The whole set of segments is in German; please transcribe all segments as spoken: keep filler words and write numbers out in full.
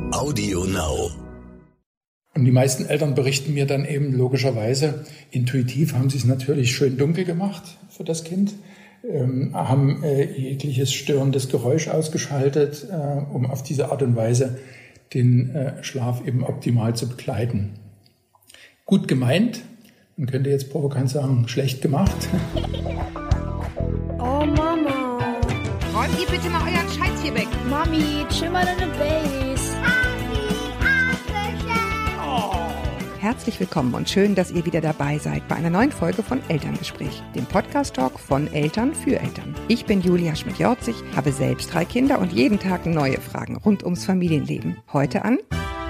Audio Now. Und die meisten Eltern berichten mir dann eben logischerweise, intuitiv haben sie es natürlich schön dunkel gemacht für das Kind, ähm, haben äh, jegliches störendes Geräusch ausgeschaltet, äh, um auf diese Art und Weise den äh, Schlaf eben optimal zu begleiten. Gut gemeint, man könnte jetzt provokant sagen, schlecht gemacht. Oh Mama. Räumt ihr bitte mal euren Scheiß hier weg. Mami, chill mal deine Base. Herzlich willkommen und schön, dass ihr wieder dabei seid bei einer neuen Folge von Elterngespräch, dem Podcast-Talk von Eltern für Eltern. Ich bin Julia Schmidt-Jorzig, habe selbst drei Kinder und jeden Tag neue Fragen rund ums Familienleben. Heute an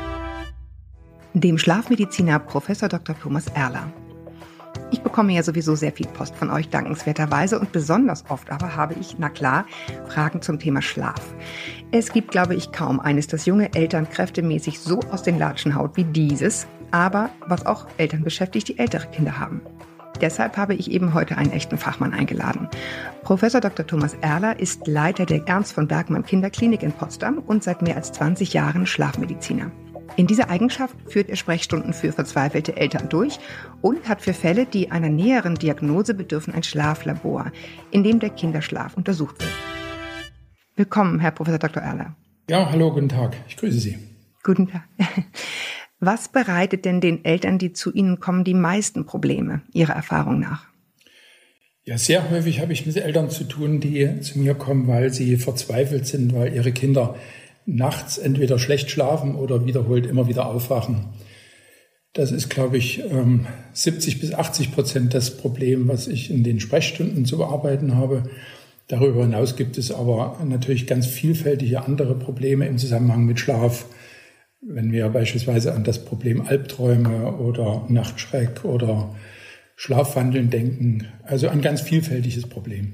dem Schlafmediziner Professor Doktor Thomas Erler. Ich bekomme ja sowieso sehr viel Post von euch dankenswerterweise und besonders oft aber habe ich, na klar, Fragen zum Thema Schlaf. Es gibt, glaube ich, kaum eines, das junge Eltern kräftemäßig so aus den Latschen haut wie dieses, aber was auch Eltern beschäftigt, die ältere Kinder haben. Deshalb habe ich eben heute einen echten Fachmann eingeladen. Professor Doktor Thomas Erler ist Leiter der Ernst von Bergmann Kinderklinik in Potsdam und seit mehr als zwanzig Jahren Schlafmediziner. In dieser Eigenschaft führt er Sprechstunden für verzweifelte Eltern durch und hat für Fälle, die einer näheren Diagnose bedürfen, ein Schlaflabor, in dem der Kinderschlaf untersucht wird. Willkommen, Herr Professor Doktor Erler. Ja, hallo, guten Tag. Ich grüße Sie. Guten Tag. Was bereitet denn den Eltern, die zu Ihnen kommen, die meisten Probleme, Ihrer Erfahrung nach? Ja, sehr häufig habe ich mit Eltern zu tun, die zu mir kommen, weil sie verzweifelt sind, weil ihre Kinder nachts entweder schlecht schlafen oder wiederholt immer wieder aufwachen. Das ist, glaube ich, siebzig bis achtzig Prozent das Problem, was ich in den Sprechstunden zu bearbeiten habe. Darüber hinaus gibt es aber natürlich ganz vielfältige andere Probleme im Zusammenhang mit Schlaf. Wenn wir beispielsweise an das Problem Albträume oder Nachtschreck oder Schlafwandeln denken, also ein ganz vielfältiges Problem.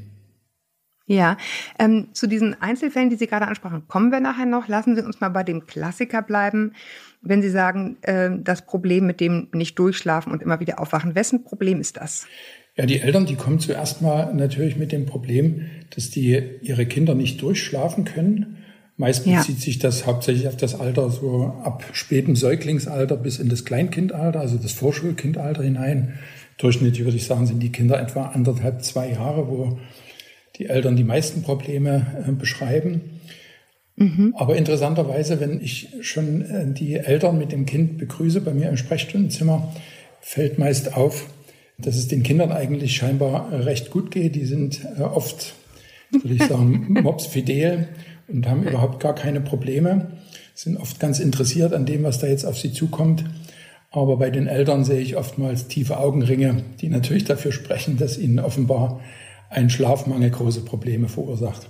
Ja, ähm, zu diesen Einzelfällen, die Sie gerade ansprachen, kommen wir nachher noch. Lassen Sie uns mal bei dem Klassiker bleiben. Wenn Sie sagen, äh, das Problem mit dem nicht durchschlafen und immer wieder aufwachen, wessen Problem ist das? Ja, die Eltern, die kommen zuerst mal natürlich mit dem Problem, dass die ihre Kinder nicht durchschlafen können. Meist bezieht ja. sich das hauptsächlich auf das Alter so ab spätem Säuglingsalter bis in das Kleinkindalter, also das Vorschulkindalter hinein. Durchschnittlich würde ich sagen, sind die Kinder etwa anderthalb, zwei Jahre, wo die Eltern die meisten Probleme äh, beschreiben. Mhm. Aber interessanterweise, wenn ich schon äh, die Eltern mit dem Kind begrüße bei mir im Sprechstundenzimmer, fällt meist auf, dass es den Kindern eigentlich scheinbar äh, recht gut geht. Die sind äh, oft, würde ich sagen, mopsfidel und haben überhaupt gar keine Probleme, sind oft ganz interessiert an dem, was da jetzt auf sie zukommt. Aber bei den Eltern sehe ich oftmals tiefe Augenringe, die natürlich dafür sprechen, dass ihnen offenbar ein Schlafmangel große Probleme verursacht.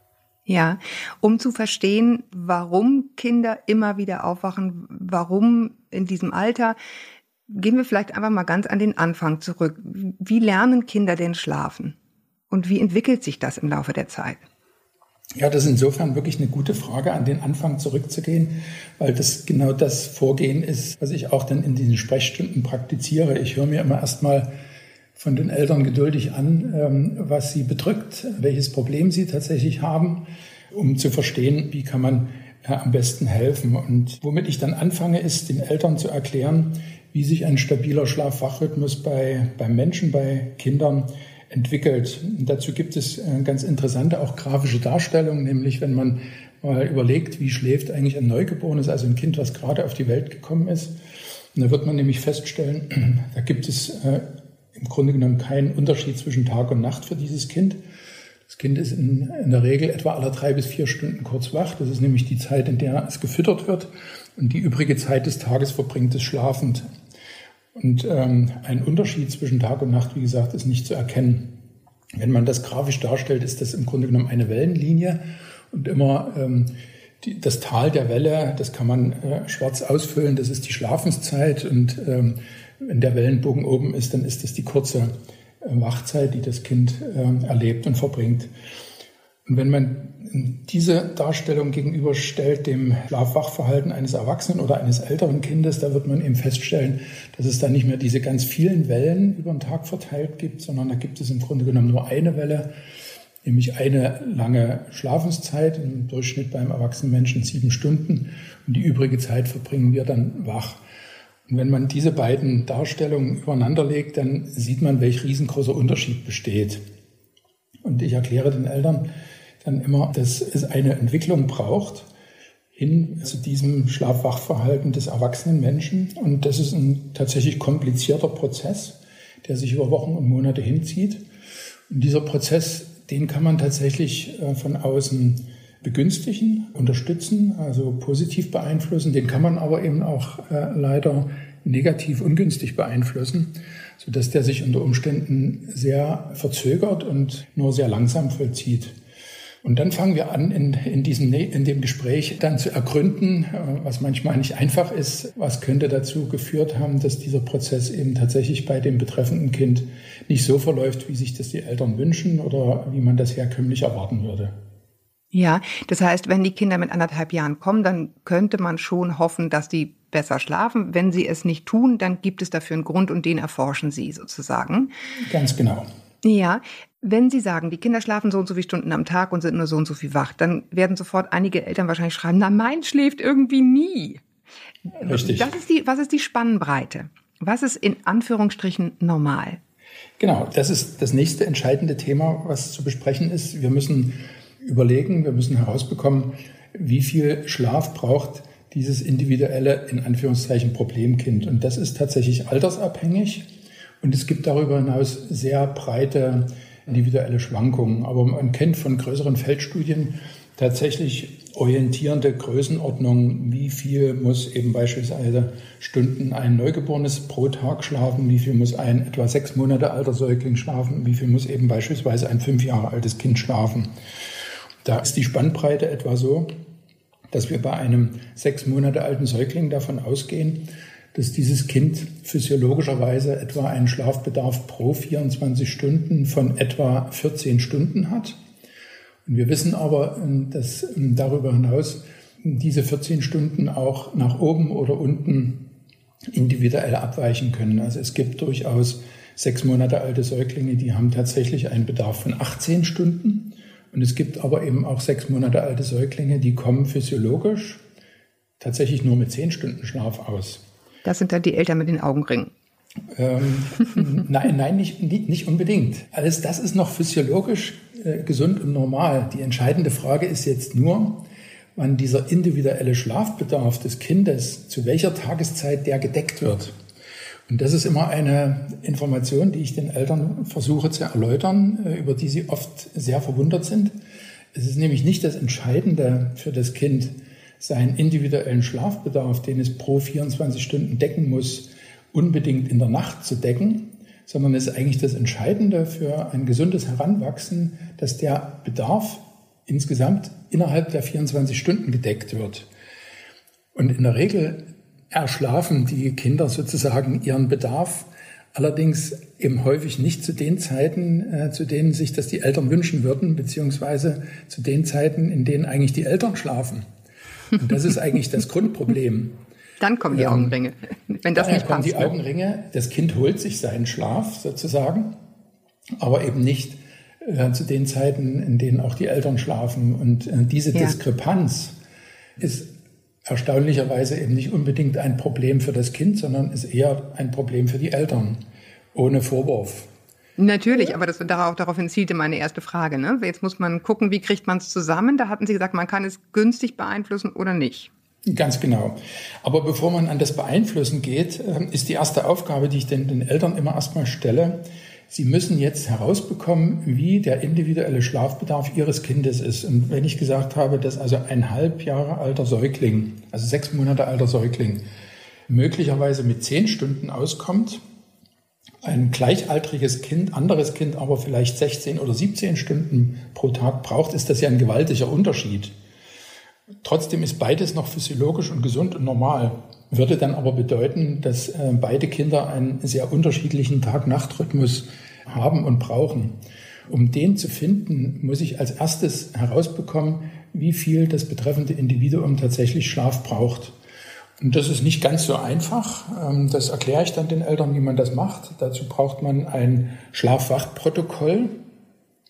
Ja, um zu verstehen, warum Kinder immer wieder aufwachen, warum in diesem Alter, gehen wir vielleicht einfach mal ganz an den Anfang zurück. Wie lernen Kinder denn schlafen? Und wie entwickelt sich das im Laufe der Zeit? Ja, das ist insofern wirklich eine gute Frage, an den Anfang zurückzugehen, weil das genau das Vorgehen ist, was ich auch dann in diesen Sprechstunden praktiziere. Ich höre mir immer erstmal von den Eltern geduldig an, was sie bedrückt, welches Problem sie tatsächlich haben, um zu verstehen, wie kann man am besten helfen. Und womit ich dann anfange, ist, den Eltern zu erklären, wie sich ein stabiler Schlaf-Wach-Rhythmus bei, beim Menschen, bei Kindern entwickelt. Und dazu gibt es ganz interessante, auch grafische Darstellungen, nämlich wenn man mal überlegt, wie schläft eigentlich ein Neugeborenes, also ein Kind, was gerade auf die Welt gekommen ist. Und da wird man nämlich feststellen, da gibt es äh, im Grunde genommen keinen Unterschied zwischen Tag und Nacht für dieses Kind. Das Kind ist in, in der Regel etwa alle drei bis vier Stunden kurz wach. Das ist nämlich die Zeit, in der es gefüttert wird. Und die übrige Zeit des Tages verbringt es schlafend. Und ähm, ein Unterschied zwischen Tag und Nacht, wie gesagt, ist nicht zu erkennen. Wenn man das grafisch darstellt, ist das im Grunde genommen eine Wellenlinie. Und immer ähm, die, das Tal der Welle, das kann man äh, schwarz ausfüllen, das ist die Schlafenszeit. Und ähm, wenn der Wellenbogen oben ist, dann ist das die kurze äh, Wachzeit, die das Kind äh, erlebt und verbringt. Und wenn man diese Darstellung gegenüberstellt dem Schlaf-Wach-Verhalten eines Erwachsenen oder eines älteren Kindes, da wird man eben feststellen, dass es da nicht mehr diese ganz vielen Wellen über den Tag verteilt gibt, sondern da gibt es im Grunde genommen nur eine Welle, nämlich eine lange Schlafenszeit, im Durchschnitt beim erwachsenen Menschen sieben Stunden, und die übrige Zeit verbringen wir dann wach. Und wenn man diese beiden Darstellungen übereinander legt, dann sieht man, welch riesengroßer Unterschied besteht. Und ich erkläre den Eltern dann immer, dass es eine Entwicklung braucht hin zu diesem Schlaf-Wach-Verhalten des erwachsenen Menschen. Und das ist ein tatsächlich komplizierter Prozess, der sich über Wochen und Monate hinzieht. Und dieser Prozess, den kann man tatsächlich von außen begünstigen, unterstützen, also positiv beeinflussen. Den kann man aber eben auch äh, leider negativ ungünstig beeinflussen, sodass der sich unter Umständen sehr verzögert und nur sehr langsam vollzieht. Und dann fangen wir an, in, in, diesem, in dem Gespräch dann zu ergründen, was manchmal nicht einfach ist, was könnte dazu geführt haben, dass dieser Prozess eben tatsächlich bei dem betreffenden Kind nicht so verläuft, wie sich das die Eltern wünschen oder wie man das herkömmlich erwarten würde. Ja, das heißt, wenn die Kinder mit anderthalb Jahren kommen, dann könnte man schon hoffen, dass die besser schlafen. Wenn sie es nicht tun, dann gibt es dafür einen Grund und den erforschen Sie sozusagen. Ganz genau. Ja, wenn Sie sagen, die Kinder schlafen so und so viele Stunden am Tag und sind nur so und so viel wach, dann werden sofort einige Eltern wahrscheinlich schreiben, na, mein schläft irgendwie nie. Richtig. Das ist die, was ist die Spannbreite? Was ist in Anführungsstrichen normal? Genau, das ist das nächste entscheidende Thema, was zu besprechen ist. Wir müssen überlegen, wir müssen herausbekommen, wie viel Schlaf braucht dieses individuelle, in Anführungszeichen, Problemkind. Und das ist tatsächlich altersabhängig. Und es gibt darüber hinaus sehr breite individuelle Schwankungen. Aber man kennt von größeren Feldstudien tatsächlich orientierende Größenordnungen. Wie viel muss eben beispielsweise Stunden ein Neugeborenes pro Tag schlafen? Wie viel muss ein etwa sechs Monate alter Säugling schlafen? Wie viel muss eben beispielsweise ein fünf Jahre altes Kind schlafen? Da ist die Spannbreite etwa so, dass wir bei einem sechs Monate alten Säugling davon ausgehen, dass dieses Kind physiologischerweise etwa einen Schlafbedarf pro vierundzwanzig Stunden von etwa vierzehn Stunden hat. Und wir wissen aber, dass darüber hinaus diese vierzehn Stunden auch nach oben oder unten individuell abweichen können. Also es gibt durchaus sechs Monate alte Säuglinge, die haben tatsächlich einen Bedarf von achtzehn Stunden. Und es gibt aber eben auch sechs Monate alte Säuglinge, die kommen physiologisch tatsächlich nur mit zehn Stunden Schlaf aus. Das sind dann die Eltern mit den Augenringen. Ähm, nein, nein, nicht, nicht unbedingt. Alles das ist noch physiologisch äh, gesund und normal. Die entscheidende Frage ist jetzt nur, wann dieser individuelle Schlafbedarf des Kindes, zu welcher Tageszeit der gedeckt wird. Und das ist immer eine Information, die ich den Eltern versuche zu erläutern, über die sie oft sehr verwundert sind. Es ist nämlich nicht das Entscheidende für das Kind, seinen individuellen Schlafbedarf, den es pro vierundzwanzig Stunden decken muss, unbedingt in der Nacht zu decken, sondern es ist eigentlich das Entscheidende für ein gesundes Heranwachsen, dass der Bedarf insgesamt innerhalb der vierundzwanzig Stunden gedeckt wird. Und in der Regel erschlafen die Kinder sozusagen ihren Bedarf, allerdings eben häufig nicht zu den Zeiten, äh, zu denen sich das die Eltern wünschen würden, beziehungsweise zu den Zeiten, in denen eigentlich die Eltern schlafen. Und das ist eigentlich das Grundproblem. Dann kommen die Augenringe, wenn das Daher nicht kommen passt. die Augenringe, das Kind holt sich seinen Schlaf sozusagen, aber eben nicht äh, zu den Zeiten, in denen auch die Eltern schlafen. Und äh, diese Ja. Diskrepanz ist erstaunlicherweise eben nicht unbedingt ein Problem für das Kind, sondern ist eher ein Problem für die Eltern, ohne Vorwurf. Natürlich, aber das, darauf, daraufhin zielte meine erste Frage. Ne? Jetzt muss man gucken, wie kriegt man es zusammen? Da hatten Sie gesagt, man kann es günstig beeinflussen oder nicht. Ganz genau. Aber bevor man an das Beeinflussen geht, ist die erste Aufgabe, die ich den, den Eltern immer erstmal stelle, sie müssen jetzt herausbekommen, wie der individuelle Schlafbedarf ihres Kindes ist. Und wenn ich gesagt habe, dass also ein halb Jahre alter Säugling, also sechs Monate alter Säugling, möglicherweise mit zehn Stunden auskommt, ein gleichaltriges Kind, anderes Kind aber vielleicht sechzehn oder siebzehn Stunden pro Tag braucht, ist das ja ein gewaltiger Unterschied. Trotzdem ist beides noch physiologisch und gesund und normal. Würde dann aber bedeuten, dass äh, beide Kinder einen sehr unterschiedlichen Tag-Nacht-Rhythmus haben und brauchen. Um den zu finden, muss ich als erstes herausbekommen, wie viel das betreffende Individuum tatsächlich Schlaf braucht. Und das ist nicht ganz so einfach. Ähm, das erkläre ich dann den Eltern, wie man das macht. Dazu braucht man ein Schlaf-Wach-Protokoll.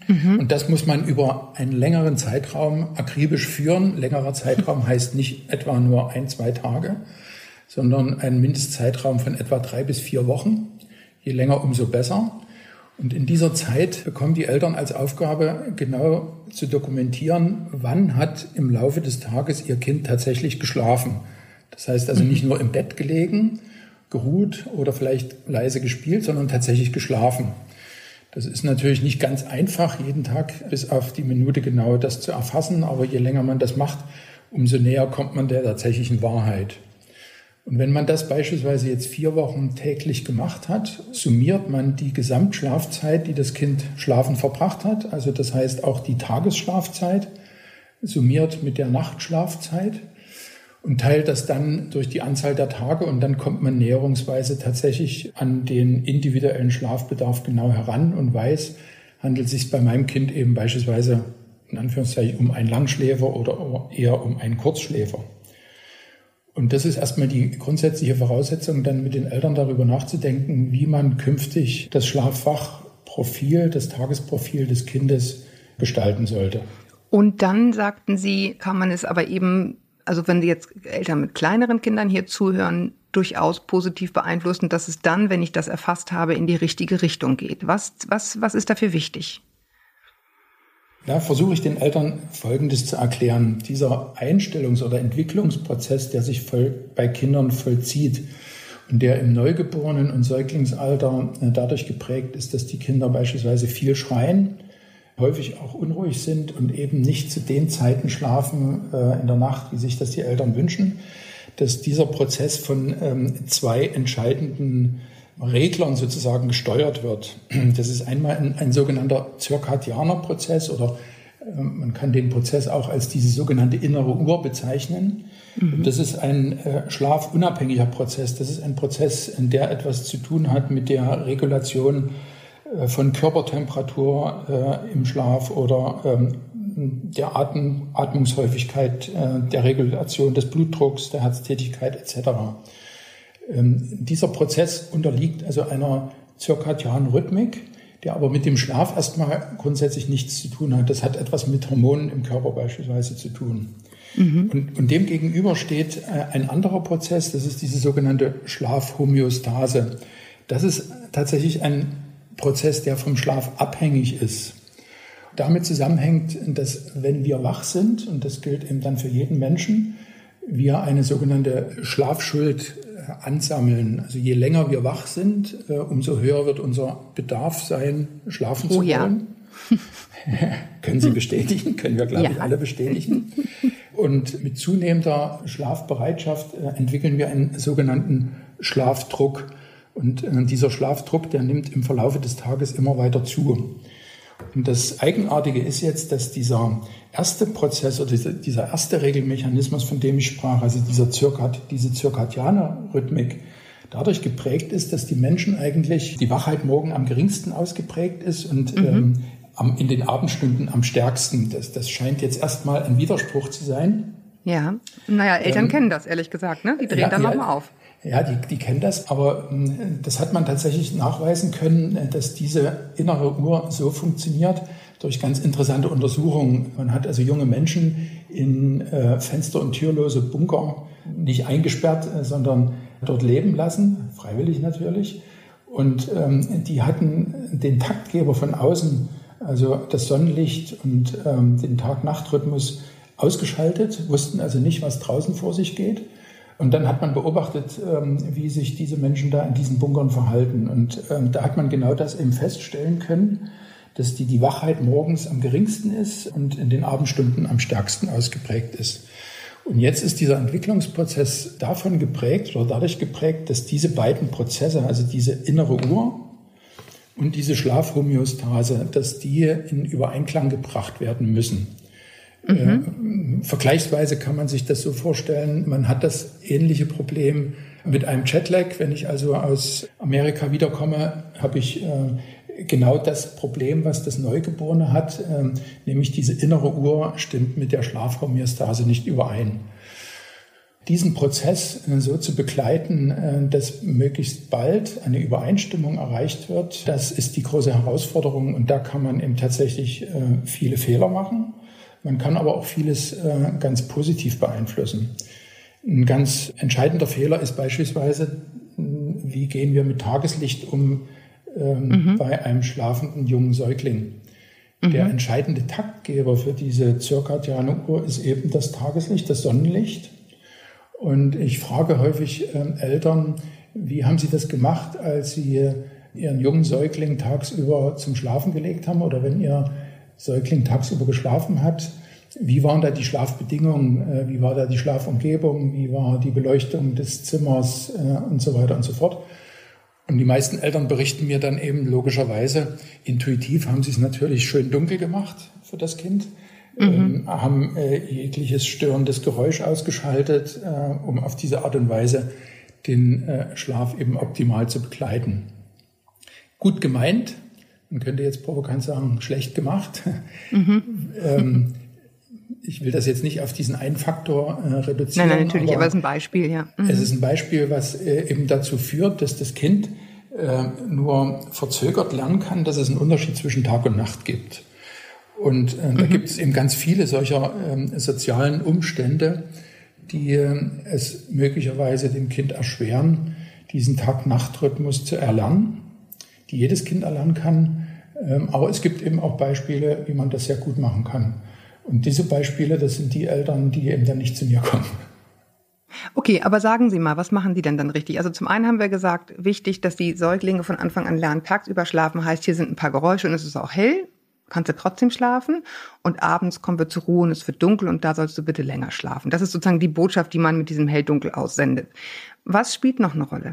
Mhm. Und das muss man über einen längeren Zeitraum akribisch führen. Längerer Zeitraum heißt nicht etwa nur ein, zwei Tage, sondern ein Mindestzeitraum von etwa drei bis vier Wochen. Je länger, umso besser. Und in dieser Zeit bekommen die Eltern als Aufgabe, genau zu dokumentieren, wann hat im Laufe des Tages ihr Kind tatsächlich geschlafen. Das heißt also nicht nur im Bett gelegen, geruht oder vielleicht leise gespielt, sondern tatsächlich geschlafen. Das ist natürlich nicht ganz einfach, jeden Tag bis auf die Minute genau das zu erfassen, aber je länger man das macht, umso näher kommt man der tatsächlichen Wahrheit. Und wenn man das beispielsweise jetzt vier Wochen täglich gemacht hat, summiert man die Gesamtschlafzeit, die das Kind schlafen verbracht hat, also das heißt auch die Tagesschlafzeit, summiert mit der Nachtschlafzeit und teilt das dann durch die Anzahl der Tage und dann kommt man näherungsweise tatsächlich an den individuellen Schlafbedarf genau heran und weiß, handelt es sich bei meinem Kind eben beispielsweise in Anführungszeichen um einen Langschläfer oder eher um einen Kurzschläfer. Und das ist erstmal die grundsätzliche Voraussetzung, dann mit den Eltern darüber nachzudenken, wie man künftig das Schlafwachprofil, das Tagesprofil des Kindes gestalten sollte. Und dann sagten Sie, kann man es aber eben, also wenn jetzt Eltern mit kleineren Kindern hier zuhören, durchaus positiv beeinflussen, dass es dann, wenn ich das erfasst habe, in die richtige Richtung geht. Was, was, was ist dafür wichtig? Da versuche ich den Eltern Folgendes zu erklären. Dieser Einstellungs- oder Entwicklungsprozess, der sich voll bei Kindern vollzieht und der im Neugeborenen- und Säuglingsalter dadurch geprägt ist, dass die Kinder beispielsweise viel schreien, häufig auch unruhig sind und eben nicht zu den Zeiten schlafen äh, in der Nacht, wie sich das die Eltern wünschen, dass dieser Prozess von ähm, zwei entscheidenden Reglern sozusagen gesteuert wird. Das ist einmal ein, ein sogenannter zirkadianer Prozess oder äh, man kann den Prozess auch als diese sogenannte innere Uhr bezeichnen. Mhm. Das ist ein äh, schlafunabhängiger Prozess. Das ist ein Prozess, in der etwas zu tun hat mit der Regulation von Körpertemperatur äh, im Schlaf oder ähm, der Atem, Atmungshäufigkeit, äh, der Regulation des Blutdrucks, der Herztätigkeit et cetera. Ähm, dieser Prozess unterliegt also einer zirkadianen Rhythmik, der aber mit dem Schlaf erstmal grundsätzlich nichts zu tun hat. Das hat etwas mit Hormonen im Körper beispielsweise zu tun. Mhm. Und, und dem gegenüber steht äh, ein anderer Prozess, das ist diese sogenannte Schlafhomöostase. Das ist tatsächlich ein Prozess, der vom Schlaf abhängig ist. Damit zusammenhängt, dass wenn wir wach sind, und das gilt eben dann für jeden Menschen, wir eine sogenannte Schlafschuld ansammeln. Also je länger wir wach sind, umso höher wird unser Bedarf sein, schlafen zu oh, ja. wollen. Können Sie bestätigen, können wir, glaube ja. ich, alle bestätigen. Und mit zunehmender Schlafbereitschaft entwickeln wir einen sogenannten Schlafdruck. Und äh, dieser Schlafdruck, der nimmt im Verlaufe des Tages immer weiter zu. Und das Eigenartige ist jetzt, dass dieser erste Prozess oder dieser, dieser erste Regelmechanismus, von dem ich sprach, also dieser Zirkad, diese zirkadiane Rhythmik, dadurch geprägt ist, dass die Menschen eigentlich die Wachheit morgen am geringsten ausgeprägt ist und mhm. ähm, am, in den Abendstunden am stärksten. Das, das scheint jetzt erstmal ein Widerspruch zu sein. Ja, naja, Eltern ähm, kennen das, ehrlich gesagt, ne? Die drehen ja, dann ja, nochmal auf. Ja, die, die kennen das, aber das hat man tatsächlich nachweisen können, dass diese innere Uhr so funktioniert durch ganz interessante Untersuchungen. Man hat also junge Menschen in äh, fenster- und türlose Bunker nicht eingesperrt, äh, sondern dort leben lassen, freiwillig natürlich. Und ähm, die hatten den Taktgeber von außen, also das Sonnenlicht und ähm, den Tag-Nacht-Rhythmus ausgeschaltet, wussten also nicht, was draußen vor sich geht. Und dann hat man beobachtet, wie sich diese Menschen da in diesen Bunkern verhalten. Und da hat man genau das eben feststellen können, dass die, die Wachheit morgens am geringsten ist und in den Abendstunden am stärksten ausgeprägt ist. Und jetzt ist dieser Entwicklungsprozess davon geprägt oder dadurch geprägt, dass diese beiden Prozesse, also diese innere Uhr und diese Schlafhomöostase, dass die in Übereinklang gebracht werden müssen. Mhm. Äh, vergleichsweise kann man sich das so vorstellen, man hat das ähnliche Problem mit einem Jetlag. Wenn ich also aus Amerika wiederkomme, habe ich äh, genau das Problem, was das Neugeborene hat, äh, nämlich diese innere Uhr stimmt mit der Schlafhomöostase nicht überein. diesen Prozess so zu begleiten, dass möglichst bald eine Übereinstimmung erreicht wird, das ist die große Herausforderung. Und da kann man eben tatsächlich viele Fehler machen. Man kann aber auch vieles ganz positiv beeinflussen. Ein ganz entscheidender Fehler ist beispielsweise, wie gehen wir mit Tageslicht um ähm, mhm. bei einem schlafenden jungen Säugling. Mhm. Der entscheidende Taktgeber für diese zirkadiane Uhr ist eben das Tageslicht, das Sonnenlicht. Und ich frage häufig ähm, Eltern, wie haben sie das gemacht, als sie ihren jungen Säugling tagsüber zum Schlafen gelegt haben oder wenn ihr Säugling tagsüber geschlafen hat? Wie waren da die Schlafbedingungen? Wie war da die Schlafumgebung? Wie war die Beleuchtung des Zimmers und so weiter und so fort? Und die meisten Eltern berichten mir dann eben logischerweise, intuitiv haben sie es natürlich schön dunkel gemacht für das Kind, mhm. ähm, haben äh, jegliches störendes Geräusch ausgeschaltet, äh, um auf diese Art und Weise den äh, Schlaf eben optimal zu begleiten. Gut gemeint, man könnte jetzt provokant sagen, schlecht gemacht. Mhm. ähm, ich will das jetzt nicht auf diesen einen Faktor äh, reduzieren. Nein, nein, natürlich, aber, aber es ist ein Beispiel, ja. Mhm. Es ist ein Beispiel, was äh, eben dazu führt, dass das Kind äh, nur verzögert lernen kann, dass es einen Unterschied zwischen Tag und Nacht gibt. Und äh, mhm. da gibt es eben ganz viele solcher äh, sozialen Umstände, die äh, es möglicherweise dem Kind erschweren, diesen Tag-Nacht-Rhythmus zu erlernen, die jedes Kind erlernen kann. Ähm, aber es gibt eben auch Beispiele, wie man das sehr gut machen kann. Und diese Beispiele, das sind die Eltern, die eben dann nicht zu mir kommen. Okay, aber sagen Sie mal, was machen die denn dann richtig? Also zum einen haben wir gesagt, wichtig, dass die Säuglinge von Anfang an lernen, tagsüber schlafen, heißt, hier sind ein paar Geräusche und es ist auch hell, kannst du trotzdem schlafen und abends kommen wir zur Ruhe und es wird dunkel und da sollst du bitte länger schlafen. Das ist sozusagen die Botschaft, die man mit diesem Hell-Dunkel aussendet. Was spielt noch eine Rolle?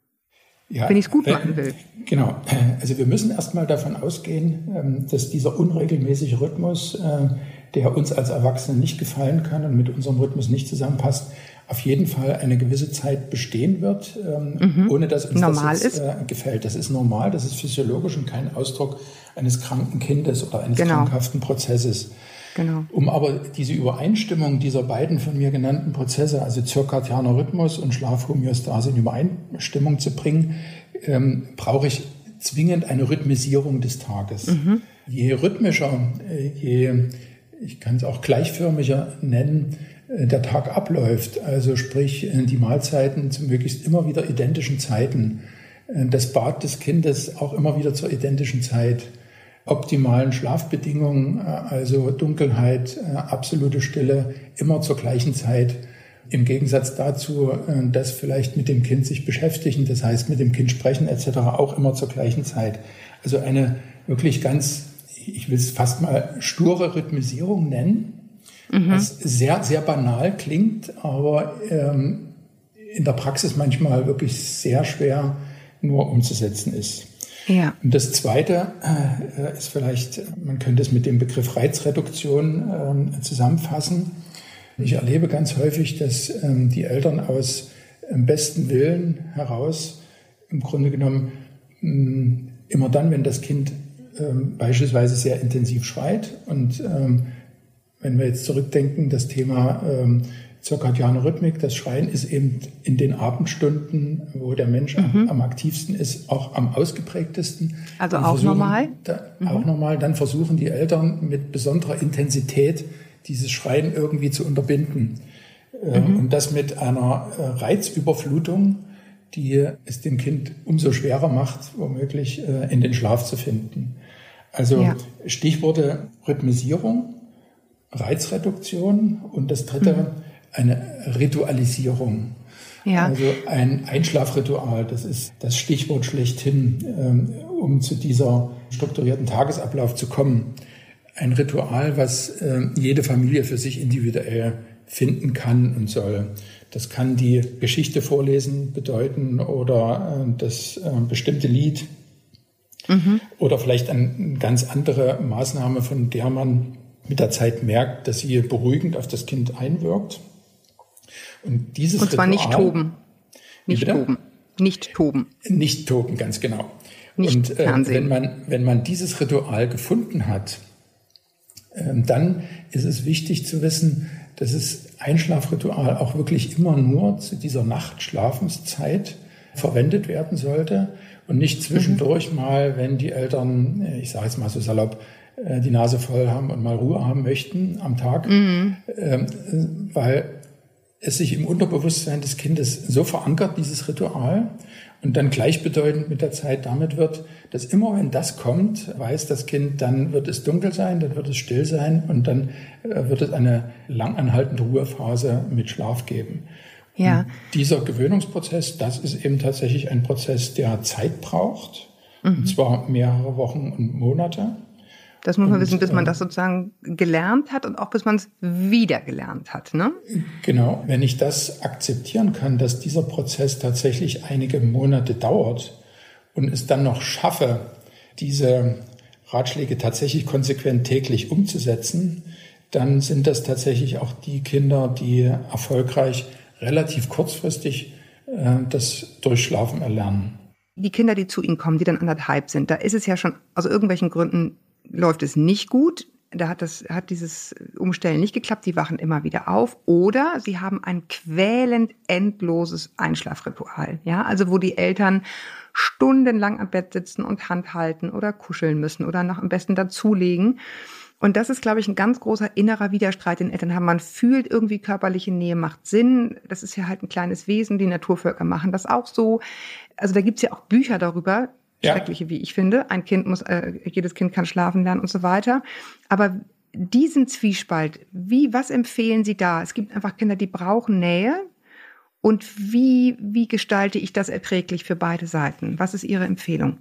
Ja, wenn ich es gut machen will. Äh, genau. Also wir müssen erstmal davon ausgehen, dass dieser unregelmäßige Rhythmus, der uns als Erwachsene nicht gefallen kann und mit unserem Rhythmus nicht zusammenpasst, auf jeden Fall eine gewisse Zeit bestehen wird, mhm. ohne dass uns normal das jetzt, ist. äh, gefällt. Das ist normal, das ist physiologisch und kein Ausdruck eines kranken Kindes oder eines genau. krankhaften Prozesses. Genau. Um aber diese Übereinstimmung dieser beiden von mir genannten Prozesse, also zirkadianer Rhythmus und Schlafhomöostase in Übereinstimmung zu bringen, ähm, brauche ich zwingend eine Rhythmisierung des Tages. Mhm. Je rhythmischer, je, ich kann es auch gleichförmiger nennen, der Tag abläuft, also sprich die Mahlzeiten zu möglichst immer wieder identischen Zeiten, das Bad des Kindes auch immer wieder zur identischen Zeit, optimalen Schlafbedingungen, also Dunkelheit, absolute Stille, immer zur gleichen Zeit. Im Gegensatz dazu, das vielleicht mit dem Kind sich beschäftigen, das heißt mit dem Kind sprechen et cetera auch immer zur gleichen Zeit. Also eine wirklich ganz, ich will es fast mal sture Rhythmisierung nennen, mhm. was sehr, sehr banal klingt, aber ähm, in der Praxis manchmal wirklich sehr schwer nur umzusetzen ist. Ja. Und das Zweite äh, ist vielleicht, man könnte es mit dem Begriff Reizreduktion äh, zusammenfassen. Ich erlebe ganz häufig, dass ähm, die Eltern aus ähm, besten Willen heraus im Grunde genommen mh, immer dann, wenn das Kind ähm, beispielsweise sehr intensiv schreit und ähm, wenn wir jetzt zurückdenken, das Thema ähm, zirkadiane Rhythmik, das Schreien ist eben in den Abendstunden, wo der Mensch mhm. am, am aktivsten ist, auch am ausgeprägtesten. Also auch normal? Da, mhm. Auch normal. Dann versuchen die Eltern mit besonderer Intensität dieses Schreien irgendwie zu unterbinden. Mhm. Und das mit einer Reizüberflutung, die es dem Kind umso schwerer macht, womöglich in den Schlaf zu finden. Also ja. Stichworte Rhythmisierung, Reizreduktion und das dritte, mhm. eine Ritualisierung. Ja. Also ein Einschlafritual, das ist das Stichwort schlechthin, um zu dieser strukturierten Tagesablauf zu kommen. Ein Ritual, was jede Familie für sich individuell finden kann und soll. Das kann die Geschichte vorlesen bedeuten oder das bestimmte Lied mhm. oder vielleicht eine ganz andere Maßnahme, von der man mit der Zeit merkt, dass sie beruhigend auf das Kind einwirkt. Und dieses Und zwar Ritual, nicht toben. Nicht toben. Nicht toben. Nicht toben, ganz genau. Nicht Und äh, Fernsehen. wenn man, wenn man dieses Ritual gefunden hat, äh, dann ist es wichtig zu wissen, dass das Einschlafritual auch wirklich immer nur zu dieser Nachtschlafenszeit verwendet werden sollte und nicht zwischendurch mhm. mal, wenn die Eltern, ich sage jetzt mal so salopp, die Nase voll haben und mal Ruhe haben möchten am Tag, mhm. ähm, weil es sich im Unterbewusstsein des Kindes so verankert, dieses Ritual, und dann gleichbedeutend mit der Zeit damit wird, dass immer wenn das kommt, weiß das Kind, dann wird es dunkel sein, dann wird es still sein und dann äh, wird es eine langanhaltende Ruhephase mit Schlaf geben. Ja. Und dieser Gewöhnungsprozess, das ist eben tatsächlich ein Prozess, der Zeit braucht, mhm. und zwar mehrere Wochen und Monate. Das muss man und, wissen, bis man das sozusagen gelernt hat und auch bis man es wieder gelernt hat, ne? Genau. Wenn ich das akzeptieren kann, dass dieser Prozess tatsächlich einige Monate dauert und es dann noch schaffe, diese Ratschläge tatsächlich konsequent täglich umzusetzen, dann sind das tatsächlich auch die Kinder, die erfolgreich relativ kurzfristig äh, das Durchschlafen erlernen. Die Kinder, die zu Ihnen kommen, die dann anderthalb sind, da ist es ja schon aus irgendwelchen Gründen läuft es nicht gut, da hat das, hat dieses Umstellen nicht geklappt, die wachen immer wieder auf, oder sie haben ein quälend endloses Einschlafritual, ja, also wo die Eltern stundenlang am Bett sitzen und Hand halten oder kuscheln müssen oder noch am besten dazulegen. Und das ist, glaube ich, ein ganz großer innerer Widerstreit, den Eltern haben. Man fühlt irgendwie, körperliche Nähe macht Sinn. Das ist ja halt ein kleines Wesen, die Naturvölker machen das auch so. Also da gibt's ja auch Bücher darüber, ja. Schreckliche, wie ich finde. Ein Kind muss, äh, jedes Kind kann schlafen lernen und so weiter. Aber diesen Zwiespalt, wie, was empfehlen Sie da? Es gibt einfach Kinder, die brauchen Nähe. Und wie, wie gestalte ich das erträglich für beide Seiten? Was ist Ihre Empfehlung?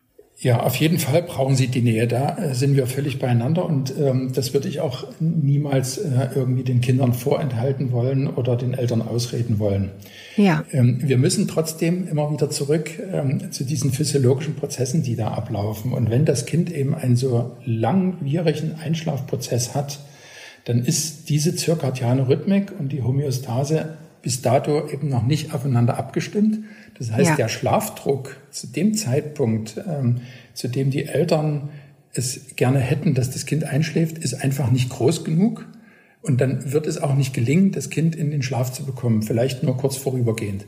Ja, auf jeden Fall brauchen Sie die Nähe. Da äh, sind wir völlig beieinander und ähm, das würde ich auch niemals äh, irgendwie den Kindern vorenthalten wollen oder den Eltern ausreden wollen. Ja. Ähm, wir müssen trotzdem immer wieder zurück ähm, zu diesen physiologischen Prozessen, die da ablaufen. Und wenn das Kind eben einen so langwierigen Einschlafprozess hat, dann ist diese zirkadiane Rhythmik und die Homöostase bis dato eben noch nicht aufeinander abgestimmt. Das heißt, ja. der Schlafdruck zu dem Zeitpunkt, ähm, zu dem die Eltern es gerne hätten, dass das Kind einschläft, ist einfach nicht groß genug. Und dann wird es auch nicht gelingen, das Kind in den Schlaf zu bekommen, vielleicht nur kurz vorübergehend.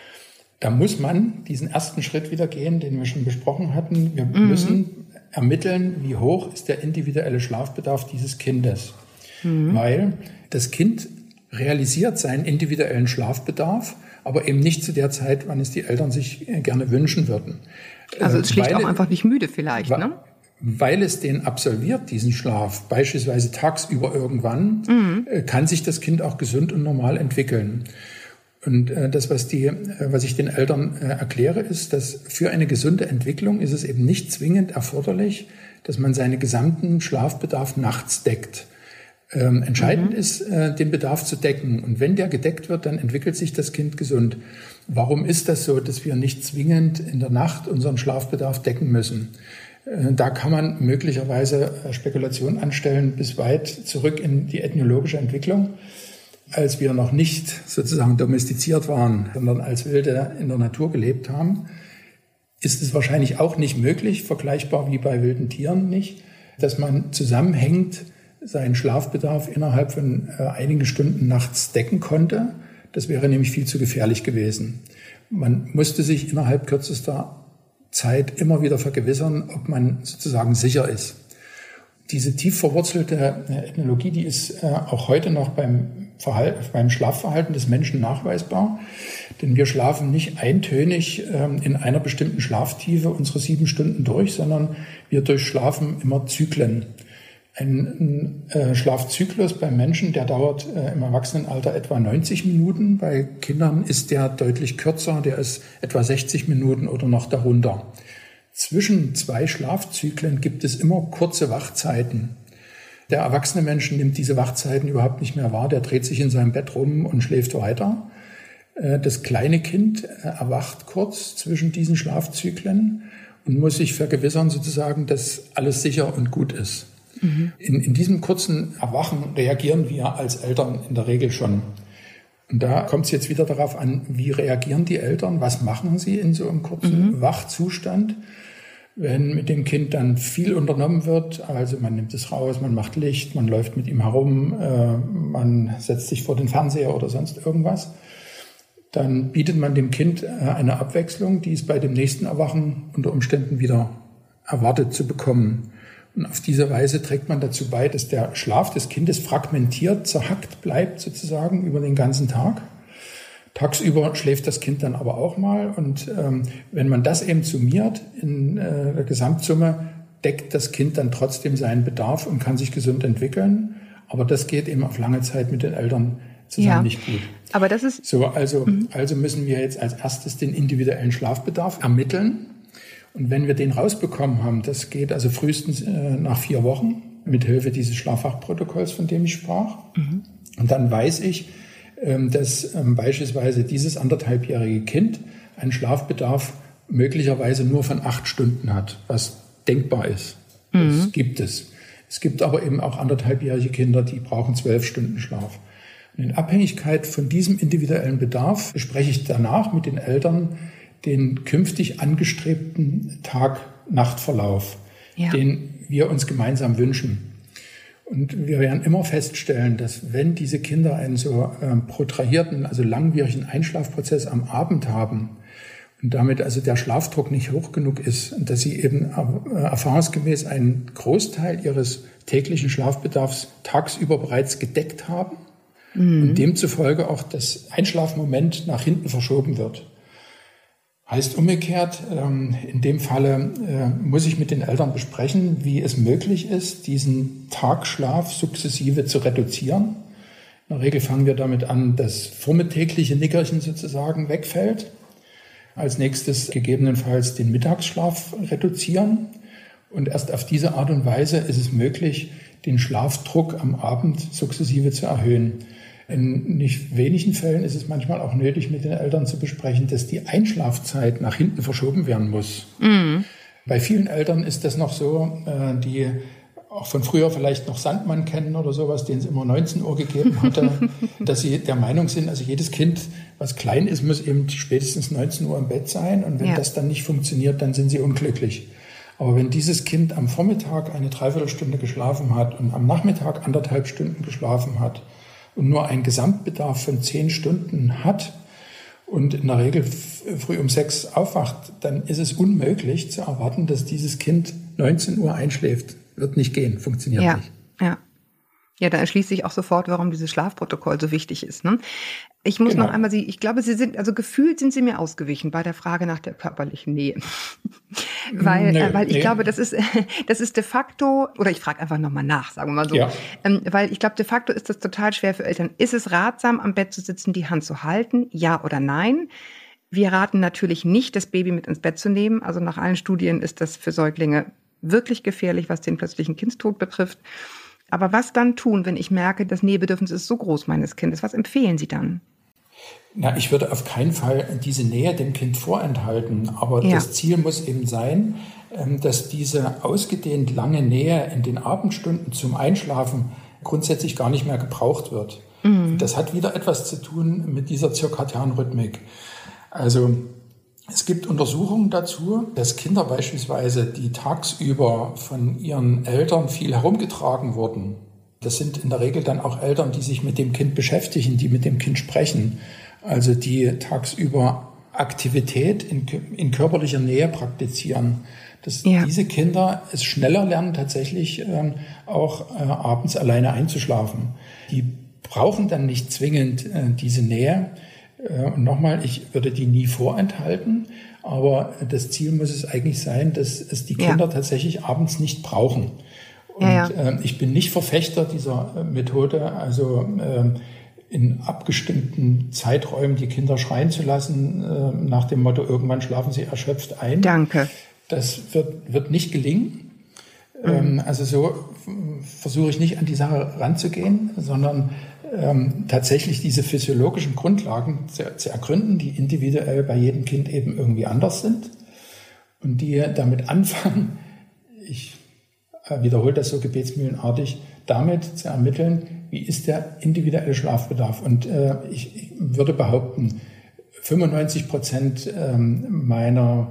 Da muss man diesen ersten Schritt wieder gehen, den wir schon besprochen hatten. Wir mhm. müssen ermitteln, wie hoch ist der individuelle Schlafbedarf dieses Kindes. Mhm. Weil das Kind realisiert seinen individuellen Schlafbedarf, aber eben nicht zu der Zeit, wann es die Eltern sich gerne wünschen würden. Also es schlicht auch einfach nicht müde vielleicht, weil, ne? Weil es den absolviert, diesen Schlaf, beispielsweise tagsüber irgendwann, mhm. kann sich das Kind auch gesund und normal entwickeln. Und das, was, die, was ich den Eltern erkläre, ist, dass für eine gesunde Entwicklung ist es eben nicht zwingend erforderlich, dass man seinen gesamten Schlafbedarf nachts deckt. Ähm, entscheidend mhm. ist, äh, den Bedarf zu decken. Und wenn der gedeckt wird, dann entwickelt sich das Kind gesund. Warum ist das so, dass wir nicht zwingend in der Nacht unseren Schlafbedarf decken müssen? Äh, da kann man möglicherweise äh, Spekulationen anstellen bis weit zurück in die ethnologische Entwicklung. Als wir noch nicht sozusagen domestiziert waren, sondern als Wilde in der Natur gelebt haben, ist es wahrscheinlich auch nicht möglich, vergleichbar wie bei wilden Tieren nicht, dass man zusammenhängt seinen Schlafbedarf innerhalb von äh, einigen Stunden nachts decken konnte. Das wäre nämlich viel zu gefährlich gewesen. Man musste sich innerhalb kürzester Zeit immer wieder vergewissern, ob man sozusagen sicher ist. Diese tief verwurzelte äh, Ethnologie, die ist äh, auch heute noch beim, Verhalten, beim Schlafverhalten des Menschen nachweisbar. Denn wir schlafen nicht eintönig äh, in einer bestimmten Schlaftiefe unsere sieben Stunden durch, sondern wir durchschlafen immer Zyklen. Ein äh, Schlafzyklus beim Menschen, der dauert äh, im Erwachsenenalter etwa neunzig Minuten. Bei Kindern ist der deutlich kürzer, der ist etwa sechzig Minuten oder noch darunter. Zwischen zwei Schlafzyklen gibt es immer kurze Wachzeiten. Der erwachsene Mensch nimmt diese Wachzeiten überhaupt nicht mehr wahr, der dreht sich in seinem Bett rum und schläft weiter. Äh, das kleine Kind äh, erwacht kurz zwischen diesen Schlafzyklen und muss sich vergewissern sozusagen, dass alles sicher und gut ist. In, in diesem kurzen Erwachen reagieren wir als Eltern in der Regel schon. Und da kommt es jetzt wieder darauf an, wie reagieren die Eltern, was machen sie in so einem kurzen mhm. Wachzustand. Wenn mit dem Kind dann viel unternommen wird, also man nimmt es raus, man macht Licht, man läuft mit ihm herum, äh, man setzt sich vor den Fernseher oder sonst irgendwas, dann bietet man dem Kind äh, eine Abwechslung, die es bei dem nächsten Erwachen unter Umständen wieder erwartet zu bekommen. Und auf diese Weise trägt man dazu bei, dass der Schlaf des Kindes fragmentiert, zerhackt bleibt sozusagen über den ganzen Tag. Tagsüber schläft das Kind dann aber auch mal. Und ähm, wenn man das eben summiert in äh, der Gesamtsumme, deckt das Kind dann trotzdem seinen Bedarf und kann sich gesund entwickeln. Aber das geht eben auf lange Zeit mit den Eltern zusammen ja, nicht gut. Aber das ist so. Also, mhm. also müssen wir jetzt als erstes den individuellen Schlafbedarf ermitteln. Und wenn wir den rausbekommen haben, das geht also frühestens äh, nach vier Wochen mit Hilfe dieses Schlafwachprotokolls, von dem ich sprach. Mhm. Und dann weiß ich, ähm, dass ähm, beispielsweise dieses anderthalbjährige Kind einen Schlafbedarf möglicherweise nur von acht Stunden hat, was denkbar ist. Mhm. Das gibt es. Es gibt aber eben auch anderthalbjährige Kinder, die brauchen zwölf Stunden Schlaf. Und in Abhängigkeit von diesem individuellen Bedarf bespreche ich danach mit den Eltern den künftig angestrebten Tag-Nacht-Verlauf, ja. den wir uns gemeinsam wünschen. Und wir werden immer feststellen, dass wenn diese Kinder einen so äh, protrahierten, also langwierigen Einschlafprozess am Abend haben und damit also der Schlafdruck nicht hoch genug ist und dass sie eben äh, erfahrungsgemäß einen Großteil ihres täglichen Schlafbedarfs tagsüber bereits gedeckt haben mhm. und demzufolge auch das Einschlafmoment nach hinten verschoben wird. Heißt umgekehrt, in dem Falle muss ich mit den Eltern besprechen, wie es möglich ist, diesen Tagschlaf sukzessive zu reduzieren. In der Regel fangen wir damit an, dass vormittägliche Nickerchen sozusagen wegfällt. Als nächstes gegebenenfalls den Mittagsschlaf reduzieren. Und erst auf diese Art und Weise ist es möglich, den Schlafdruck am Abend sukzessive zu erhöhen. In nicht wenigen Fällen ist es manchmal auch nötig, mit den Eltern zu besprechen, dass die Einschlafzeit nach hinten verschoben werden muss. Mhm. Bei vielen Eltern ist das noch so, die auch von früher vielleicht noch Sandmann kennen oder sowas, den es immer neunzehn Uhr gegeben hatte, dass sie der Meinung sind, also jedes Kind, was klein ist, muss eben spätestens neunzehn Uhr im Bett sein. Und wenn ja. das dann nicht funktioniert, dann sind sie unglücklich. Aber wenn dieses Kind am Vormittag eine Dreiviertelstunde geschlafen hat und am Nachmittag anderthalb Stunden geschlafen hat, und nur einen Gesamtbedarf von zehn Stunden hat und in der Regel früh um sechs aufwacht, dann ist es unmöglich zu erwarten, dass dieses Kind neunzehn Uhr einschläft. Wird nicht gehen, funktioniert ja, nicht. Ja. Ja, da erschließt sich auch sofort, warum dieses Schlafprotokoll so wichtig ist. Ne? Ich muss genau. noch einmal Sie, ich glaube, Sie sind, also gefühlt sind Sie mir ausgewichen bei der Frage nach der körperlichen Nähe. weil, nee, äh, weil ich nee. glaube, das ist, das ist de facto, oder ich frage einfach nochmal nach, sagen wir mal so. Ja. Ähm, weil ich glaube, de facto ist das total schwer für Eltern. Ist es ratsam, am Bett zu sitzen, die Hand zu halten? Ja oder nein? Wir raten natürlich nicht, das Baby mit ins Bett zu nehmen. Also nach allen Studien ist das für Säuglinge wirklich gefährlich, was den plötzlichen Kindstod betrifft. Aber was dann tun, wenn ich merke, das Nähebedürfnis ist so groß meines Kindes? Was empfehlen Sie dann? Na, ich würde auf keinen Fall diese Nähe dem Kind vorenthalten. Aber ja. das Ziel muss eben sein, dass diese ausgedehnt lange Nähe in den Abendstunden zum Einschlafen grundsätzlich gar nicht mehr gebraucht wird. Mhm. Das hat wieder etwas zu tun mit dieser zirkadianen Rhythmik. Also es gibt Untersuchungen dazu, dass Kinder beispielsweise, die tagsüber von ihren Eltern viel herumgetragen wurden, das sind in der Regel dann auch Eltern, die sich mit dem Kind beschäftigen, die mit dem Kind sprechen, also die tagsüber Aktivität in, in körperlicher Nähe praktizieren, dass ja. diese Kinder es schneller lernen, tatsächlich äh, auch äh, abends alleine einzuschlafen. Die brauchen dann nicht zwingend äh, diese Nähe. Und nochmal, ich würde die nie vorenthalten, aber das Ziel muss es eigentlich sein, dass es die Kinder ja. tatsächlich abends nicht brauchen. Und ja, ja. Äh, ich bin nicht Verfechter dieser Methode, also äh, in abgestimmten Zeiträumen die Kinder schreien zu lassen, äh, nach dem Motto, irgendwann schlafen sie erschöpft ein. Danke. Das wird, wird nicht gelingen. Mhm. Ähm, also so versuche ich nicht an die Sache ranzugehen, sondern Ähm, tatsächlich diese physiologischen Grundlagen zu, zu ergründen, die individuell bei jedem Kind eben irgendwie anders sind und die damit anfangen, ich äh, wiederhole das so gebetsmühlenartig, damit zu ermitteln, wie ist der individuelle Schlafbedarf. Und äh, ich, ich würde behaupten, fünfundneunzig Prozent ähm, meiner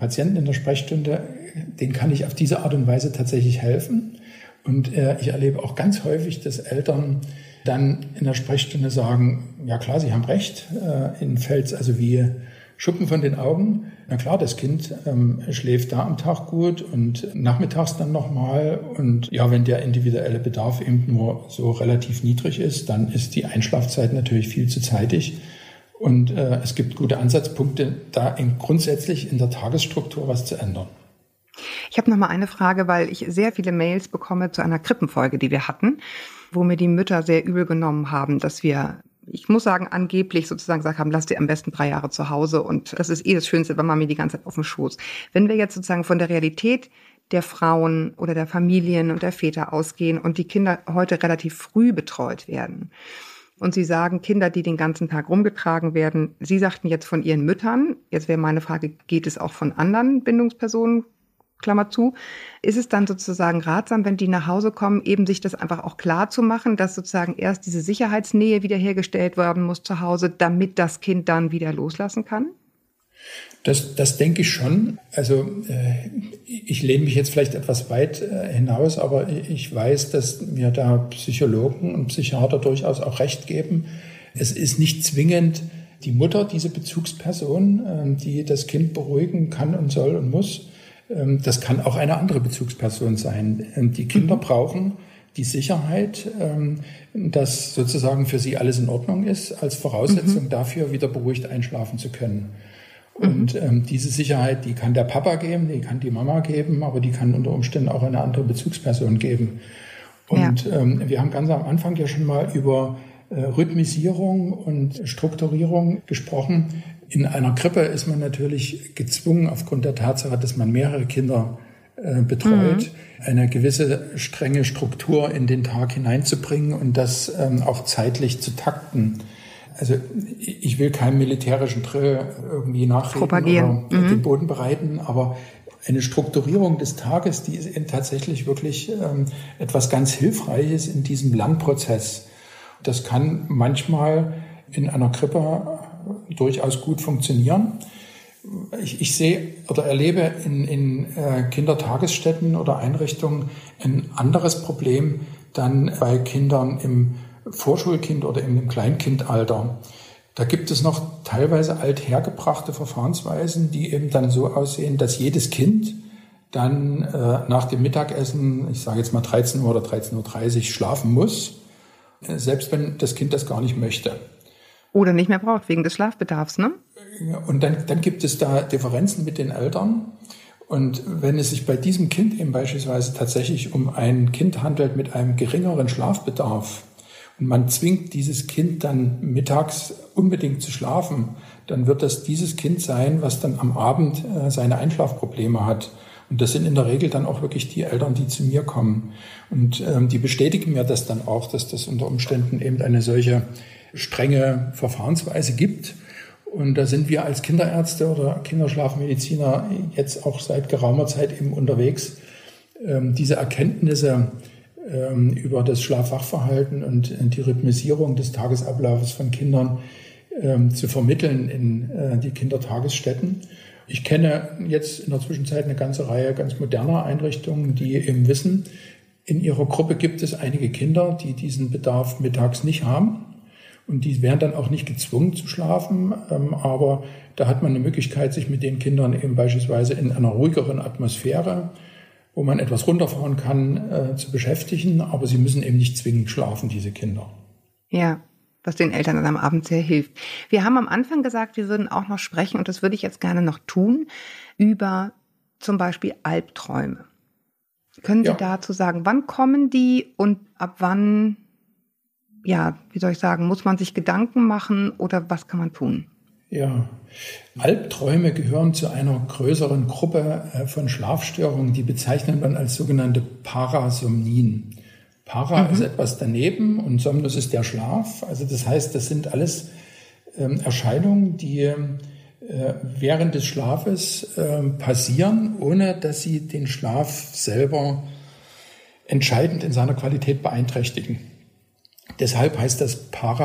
Patienten in der Sprechstunde, denen kann ich auf diese Art und Weise tatsächlich helfen. Und äh, ich erlebe auch ganz häufig, dass Eltern dann in der Sprechstunde sagen, ja klar, Sie haben recht, äh, Ihnen fällt es also wie Schuppen von den Augen. Na klar, das Kind ähm, schläft da am Tag gut und nachmittags dann nochmal. Und ja, wenn der individuelle Bedarf eben nur so relativ niedrig ist, dann ist die Einschlafzeit natürlich viel zu zeitig. Und äh, es gibt gute Ansatzpunkte, da in, grundsätzlich in der Tagesstruktur was zu ändern. Ich habe noch mal eine Frage, weil ich sehr viele Mails bekomme zu einer Krippenfolge, die wir hatten, wo mir die Mütter sehr übel genommen haben, dass wir, ich muss sagen, angeblich sozusagen gesagt haben, lass dir am besten drei Jahre zu Hause und das ist eh das Schönste, wenn man mir die ganze Zeit auf dem Schoß. Wenn wir jetzt sozusagen von der Realität der Frauen oder der Familien und der Väter ausgehen und die Kinder heute relativ früh betreut werden und Sie sagen, Kinder, die den ganzen Tag rumgetragen werden, Sie sagten jetzt von Ihren Müttern, jetzt wäre meine Frage, geht es auch von anderen Bindungspersonen? Klammer zu, ist es dann sozusagen ratsam, wenn die nach Hause kommen, eben sich das einfach auch klar zu machen, dass sozusagen erst diese Sicherheitsnähe wiederhergestellt werden muss zu Hause, damit das Kind dann wieder loslassen kann? Das, das denke ich schon. Also äh, ich lehne mich jetzt vielleicht etwas weit äh, hinaus, aber ich weiß, dass mir da Psychologen und Psychiater durchaus auch recht geben. Es ist nicht zwingend die Mutter, diese Bezugsperson, äh, die das Kind beruhigen kann und soll und muss. Das kann auch eine andere Bezugsperson sein. Die Kinder brauchen die Sicherheit, dass sozusagen für sie alles in Ordnung ist, als Voraussetzung mhm. dafür, wieder beruhigt einschlafen zu können. Und mhm. diese Sicherheit, die kann der Papa geben, die kann die Mama geben, aber die kann unter Umständen auch eine andere Bezugsperson geben. Und ja. ähm, wir haben ganz am Anfang ja schon mal über äh, Rhythmisierung und Strukturierung gesprochen. In einer Krippe ist man natürlich gezwungen, aufgrund der Tatsache, dass man mehrere Kinder äh, betreut, mhm. eine gewisse strenge Struktur in den Tag hineinzubringen und das ähm, auch zeitlich zu takten. Also ich will keinen militärischen Drill irgendwie nachreden propagieren. oder mhm. den Boden bereiten, aber eine Strukturierung des Tages, die ist eben tatsächlich wirklich ähm, etwas ganz Hilfreiches in diesem Lernprozess. Das kann manchmal in einer Krippe durchaus gut funktionieren. Ich, ich sehe oder erlebe in, in äh, Kindertagesstätten oder Einrichtungen ein anderes Problem dann bei Kindern im Vorschulkind oder im Kleinkindalter. Da gibt es noch teilweise althergebrachte Verfahrensweisen, die eben dann so aussehen, dass jedes Kind dann äh, nach dem Mittagessen, ich sage jetzt mal dreizehn Uhr oder dreizehn Uhr dreißig schlafen muss, äh, selbst wenn das Kind das gar nicht möchte. Oder nicht mehr braucht, wegen des Schlafbedarfs, ne? Und dann, dann gibt es da Differenzen mit den Eltern. Und wenn es sich bei diesem Kind eben beispielsweise tatsächlich um ein Kind handelt mit einem geringeren Schlafbedarf und man zwingt dieses Kind dann mittags unbedingt zu schlafen, dann wird das dieses Kind sein, was dann am Abend äh, seine Einschlafprobleme hat. Und das sind in der Regel dann auch wirklich die Eltern, die zu mir kommen. Und ähm, die bestätigen mir das dann auch, dass das unter Umständen eben eine solche strenge Verfahrensweise gibt. Und da sind wir als Kinderärzte oder Kinderschlafmediziner jetzt auch seit geraumer Zeit eben unterwegs, ähm, diese Erkenntnisse ähm, über das Schlaf-Wach-Verhalten und die Rhythmisierung des Tagesablaufes von Kindern ähm, zu vermitteln in äh, die Kindertagesstätten. Ich kenne jetzt in der Zwischenzeit eine ganze Reihe ganz moderner Einrichtungen, die eben wissen, in ihrer Gruppe gibt es einige Kinder, die diesen Bedarf mittags nicht haben. Und die werden dann auch nicht gezwungen zu schlafen, ähm, aber da hat man eine Möglichkeit, sich mit den Kindern eben beispielsweise in einer ruhigeren Atmosphäre, wo man etwas runterfahren kann, äh, zu beschäftigen. Aber sie müssen eben nicht zwingend schlafen, diese Kinder. Ja, was den Eltern dann am Abend sehr hilft. Wir haben am Anfang gesagt, wir würden auch noch sprechen, und das würde ich jetzt gerne noch tun, über zum Beispiel Albträume. Können Sie ja. dazu sagen, wann kommen die und ab wann... Ja, wie soll ich sagen, muss man sich Gedanken machen oder was kann man tun? Ja, Albträume gehören zu einer größeren Gruppe von Schlafstörungen, die bezeichnet man als sogenannte Parasomnien. Para mhm. ist etwas daneben und Somnus ist der Schlaf. Also das heißt, das sind alles ähm, Erscheinungen, die äh, während des Schlafes äh, passieren, ohne dass sie den Schlaf selber entscheidend in seiner Qualität beeinträchtigen. Deshalb heißt das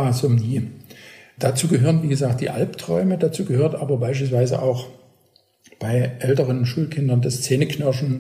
Parasomnie. Dazu gehören, wie gesagt, die Albträume, dazu gehört aber beispielsweise auch bei älteren Schulkindern das Zähneknirschen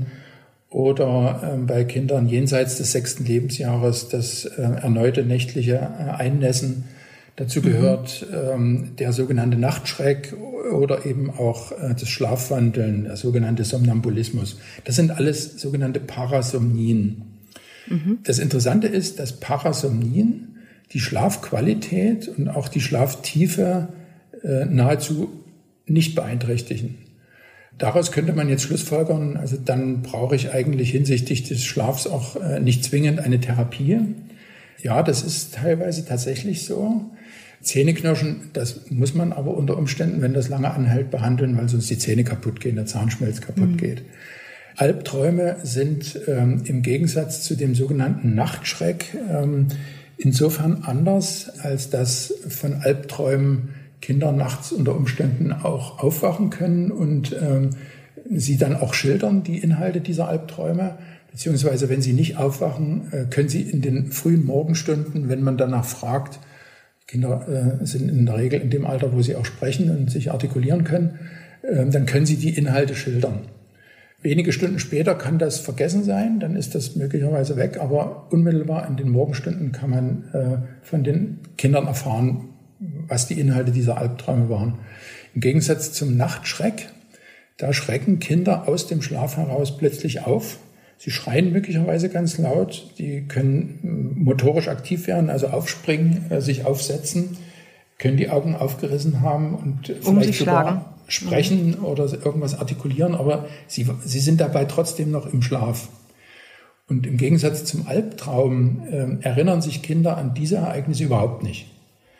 oder äh, bei Kindern jenseits des sechsten Lebensjahres das äh, erneute nächtliche äh, Einnässen. Dazu gehört ähm, der sogenannte Nachtschreck oder eben auch äh, das Schlafwandeln, der sogenannte Somnambulismus. Das sind alles sogenannte Parasomnien. Mhm. Das Interessante ist, dass Parasomnien die Schlafqualität und auch die Schlaftiefe äh, nahezu nicht beeinträchtigen. Daraus könnte man jetzt schlussfolgern, also dann brauche ich eigentlich hinsichtlich des Schlafs auch äh, nicht zwingend eine Therapie. Ja, das ist teilweise tatsächlich so. Zähneknirschen, das muss man aber unter Umständen, wenn das lange anhält, behandeln, weil sonst die Zähne kaputt gehen, der Zahnschmelz kaputt mhm. geht. Albträume sind ähm, im Gegensatz zu dem sogenannten Nachtschreck ähm, insofern anders, als dass von Albträumen Kinder nachts unter Umständen auch aufwachen können und ähm, sie dann auch schildern, die Inhalte dieser Albträume. Beziehungsweise, wenn sie nicht aufwachen, äh, können sie in den frühen Morgenstunden, wenn man danach fragt, Kinder äh, sind in der Regel in dem Alter, wo sie auch sprechen und sich artikulieren können, äh, dann können sie die Inhalte schildern. Wenige Stunden später kann das vergessen sein, dann ist das möglicherweise weg, aber unmittelbar in den Morgenstunden kann man äh, von den Kindern erfahren, was die Inhalte dieser Albträume waren. Im Gegensatz zum Nachtschreck, da schrecken Kinder aus dem Schlaf heraus plötzlich auf. Sie schreien möglicherweise ganz laut, die können motorisch aktiv werden, also aufspringen, sich aufsetzen, können die Augen aufgerissen haben und um vielleicht sogar schlagen. sprechen mhm. oder irgendwas artikulieren, aber sie, sie sind dabei trotzdem noch im Schlaf. Und im Gegensatz zum Albtraum äh, erinnern sich Kinder an diese Ereignisse überhaupt nicht.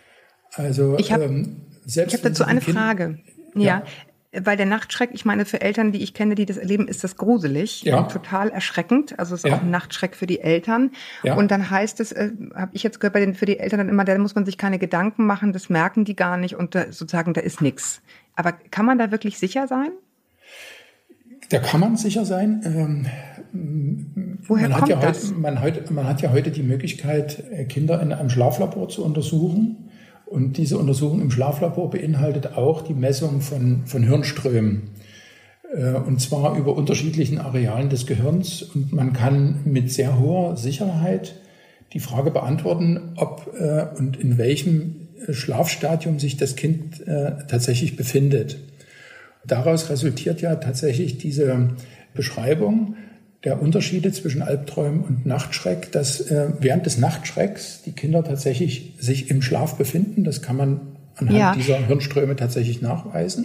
Also ich habe ähm, selbst hab dazu eine kind, Frage. Ja. ja. Weil der Nachtschreck, ich meine, für Eltern, die ich kenne, die das erleben, ist das gruselig, ja. total erschreckend. Also es ist ja. auch ein Nachtschreck für die Eltern. Ja. Und dann heißt es, äh, habe ich jetzt gehört, bei den für die Eltern dann immer, da muss man sich keine Gedanken machen, das merken die gar nicht und da, sozusagen, da ist nichts. Aber kann man da wirklich sicher sein? Da kann man sicher sein. Ähm, Woher man kommt hat ja das? Heute, man, heute, man hat ja heute die Möglichkeit, Kinder in einem Schlaflabor zu untersuchen. Und diese Untersuchung im Schlaflabor beinhaltet auch die Messung von, von Hirnströmen. Und zwar über unterschiedlichen Arealen des Gehirns. Und man kann mit sehr hoher Sicherheit die Frage beantworten, ob äh, und in welchem Schlafstadium sich das Kind äh, tatsächlich befindet. Daraus resultiert ja tatsächlich diese Beschreibung der Unterschiede zwischen Albträumen und Nachtschreck, dass äh, während des Nachtschrecks die Kinder tatsächlich sich im Schlaf befinden. Das kann man anhand ja. dieser Hirnströme tatsächlich nachweisen.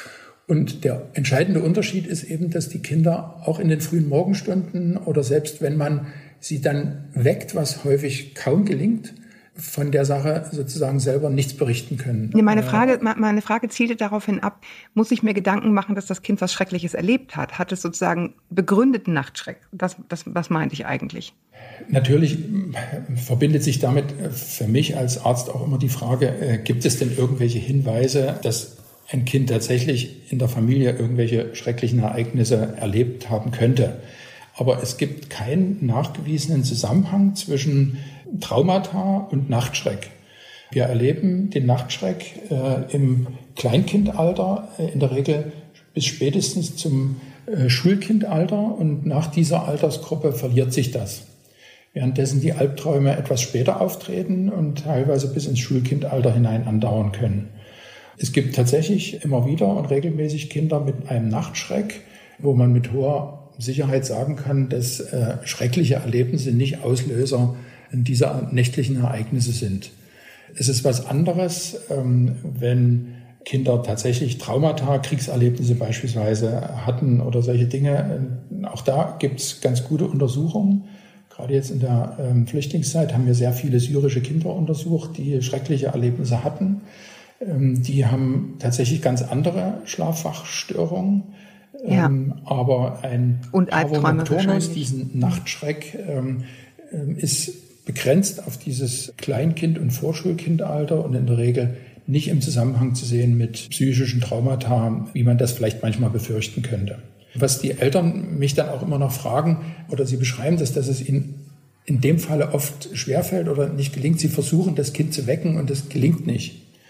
Und der entscheidende Unterschied ist eben, dass die Kinder auch in den frühen Morgenstunden oder selbst wenn man sie dann weckt, was häufig kaum gelingt, von der Sache sozusagen selber nichts berichten können. Nee, meine Frage, meine Frage zielte daraufhin ab, muss ich mir Gedanken machen, dass das Kind was Schreckliches erlebt hat? Hat es sozusagen begründeten Nachtschreck? Das, das, das meinte ich eigentlich. Natürlich verbindet sich damit für mich als Arzt auch immer die Frage, gibt es denn irgendwelche Hinweise, dass ein Kind tatsächlich in der Familie irgendwelche schrecklichen Ereignisse erlebt haben könnte? Aber es gibt keinen nachgewiesenen Zusammenhang zwischen Traumata und Nachtschreck. Wir erleben den Nachtschreck äh, im Kleinkindalter, äh, in der Regel bis spätestens zum äh, Schulkindalter, und nach dieser Altersgruppe verliert sich das. Währenddessen die Albträume etwas später auftreten und teilweise bis ins Schulkindalter hinein andauern können. Es gibt tatsächlich immer wieder und regelmäßig Kinder mit einem Nachtschreck, wo man mit hoher Sicherheit sagen kann, dass äh, schreckliche Erlebnisse nicht Auslöser dieser nächtlichen Ereignisse sind. Es ist was anderes, ähm, wenn Kinder tatsächlich Traumata, Kriegserlebnisse beispielsweise hatten oder solche Dinge. Auch da gibt es ganz gute Untersuchungen. Gerade jetzt in der ähm, Flüchtlingszeit haben wir sehr viele syrische Kinder untersucht, die schreckliche Erlebnisse hatten. Ähm, die haben tatsächlich ganz andere Schlafwachstörungen. Ja. Ähm, aber ein Parvo nocturnus, diesen Nachtschreck, ähm, ist begrenzt auf dieses Kleinkind- und Vorschulkindalter und in der Regel nicht im Zusammenhang zu sehen mit psychischen Traumata, wie man das vielleicht manchmal befürchten könnte. Was die Eltern mich dann auch immer noch fragen, oder sie beschreiben das, dass es ihnen in dem Falle oft schwerfällt oder nicht gelingt. Sie versuchen, das Kind zu wecken und das gelingt nicht.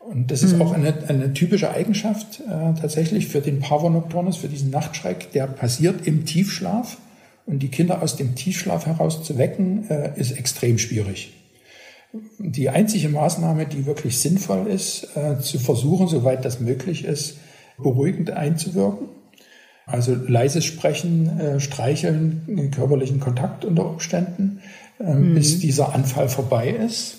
Und das ist mhm. auch eine, eine typische Eigenschaft äh, tatsächlich für den Parvus nocturnus, für diesen Nachtschreck, der passiert im Tiefschlaf. Und die Kinder aus dem Tiefschlaf heraus zu wecken, äh, ist extrem schwierig. Die einzige Maßnahme, die wirklich sinnvoll ist, äh, zu versuchen, soweit das möglich ist, beruhigend einzuwirken. Also leises Sprechen, äh, Streicheln, körperlichen Kontakt unter Umständen, äh, mhm. bis dieser Anfall vorbei ist,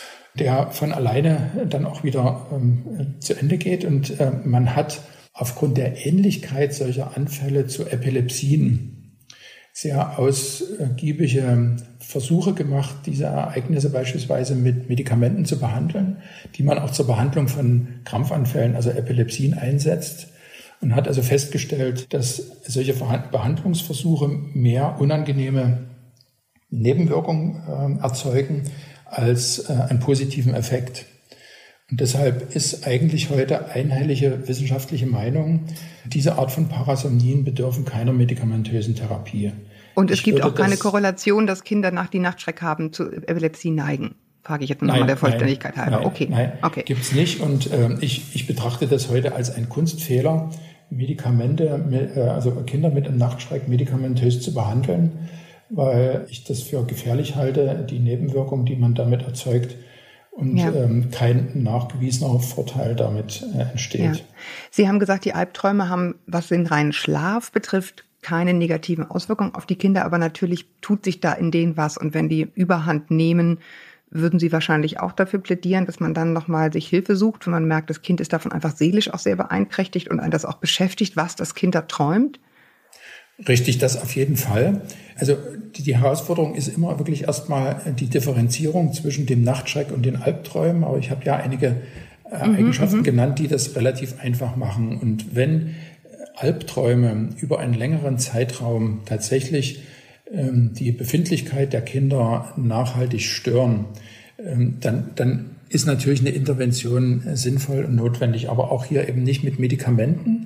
der von alleine dann auch wieder ähm, zu Ende geht. Und äh, man hat aufgrund der Ähnlichkeit solcher Anfälle zu Epilepsien sehr ausgiebige Versuche gemacht, diese Ereignisse beispielsweise mit Medikamenten zu behandeln, die man auch zur Behandlung von Krampfanfällen, also Epilepsien, einsetzt. Und hat also festgestellt, dass solche Behandlungsversuche mehr unangenehme Nebenwirkungen äh, erzeugen als äh, einen positiven Effekt. Und deshalb ist eigentlich heute einhellige wissenschaftliche Meinung, diese Art von Parasomnien bedürfen keiner medikamentösen Therapie. Und es ich gibt auch keine das, Korrelation, dass Kinder nach die Nachtschreck haben zu Epilepsie neigen. Frage ich jetzt nochmal der Vollständigkeit halber. Nein, okay, nein, okay. Gibt's nicht. Und äh, ich, ich betrachte das heute als einen Kunstfehler, Medikamente, also Kinder mit einem Nachtschreck medikamentös zu behandeln, weil ich das für gefährlich halte, die Nebenwirkung, die man damit erzeugt, und ja. ähm, kein nachgewiesener Vorteil damit äh, entsteht. Ja. Sie haben gesagt, die Albträume haben, was den reinen Schlaf betrifft, keine negativen Auswirkungen auf die Kinder, aber natürlich tut sich da in denen was. Und wenn die Überhand nehmen, würden Sie wahrscheinlich auch dafür plädieren, dass man dann nochmal sich Hilfe sucht, wenn man merkt, das Kind ist davon einfach seelisch auch sehr beeinträchtigt und einen das auch beschäftigt, was das Kind da träumt? Richtig, das auf jeden Fall. Also die, die Herausforderung ist immer wirklich erstmal die Differenzierung zwischen dem Nachtschreck und den Albträumen. Aber ich habe ja einige äh, mhm, Eigenschaften m- genannt, die das relativ einfach machen. Und wenn Albträume über einen längeren Zeitraum tatsächlich ähm, die Befindlichkeit der Kinder nachhaltig stören, ähm, dann, dann ist natürlich eine Intervention äh, sinnvoll und notwendig, aber auch hier eben nicht mit Medikamenten.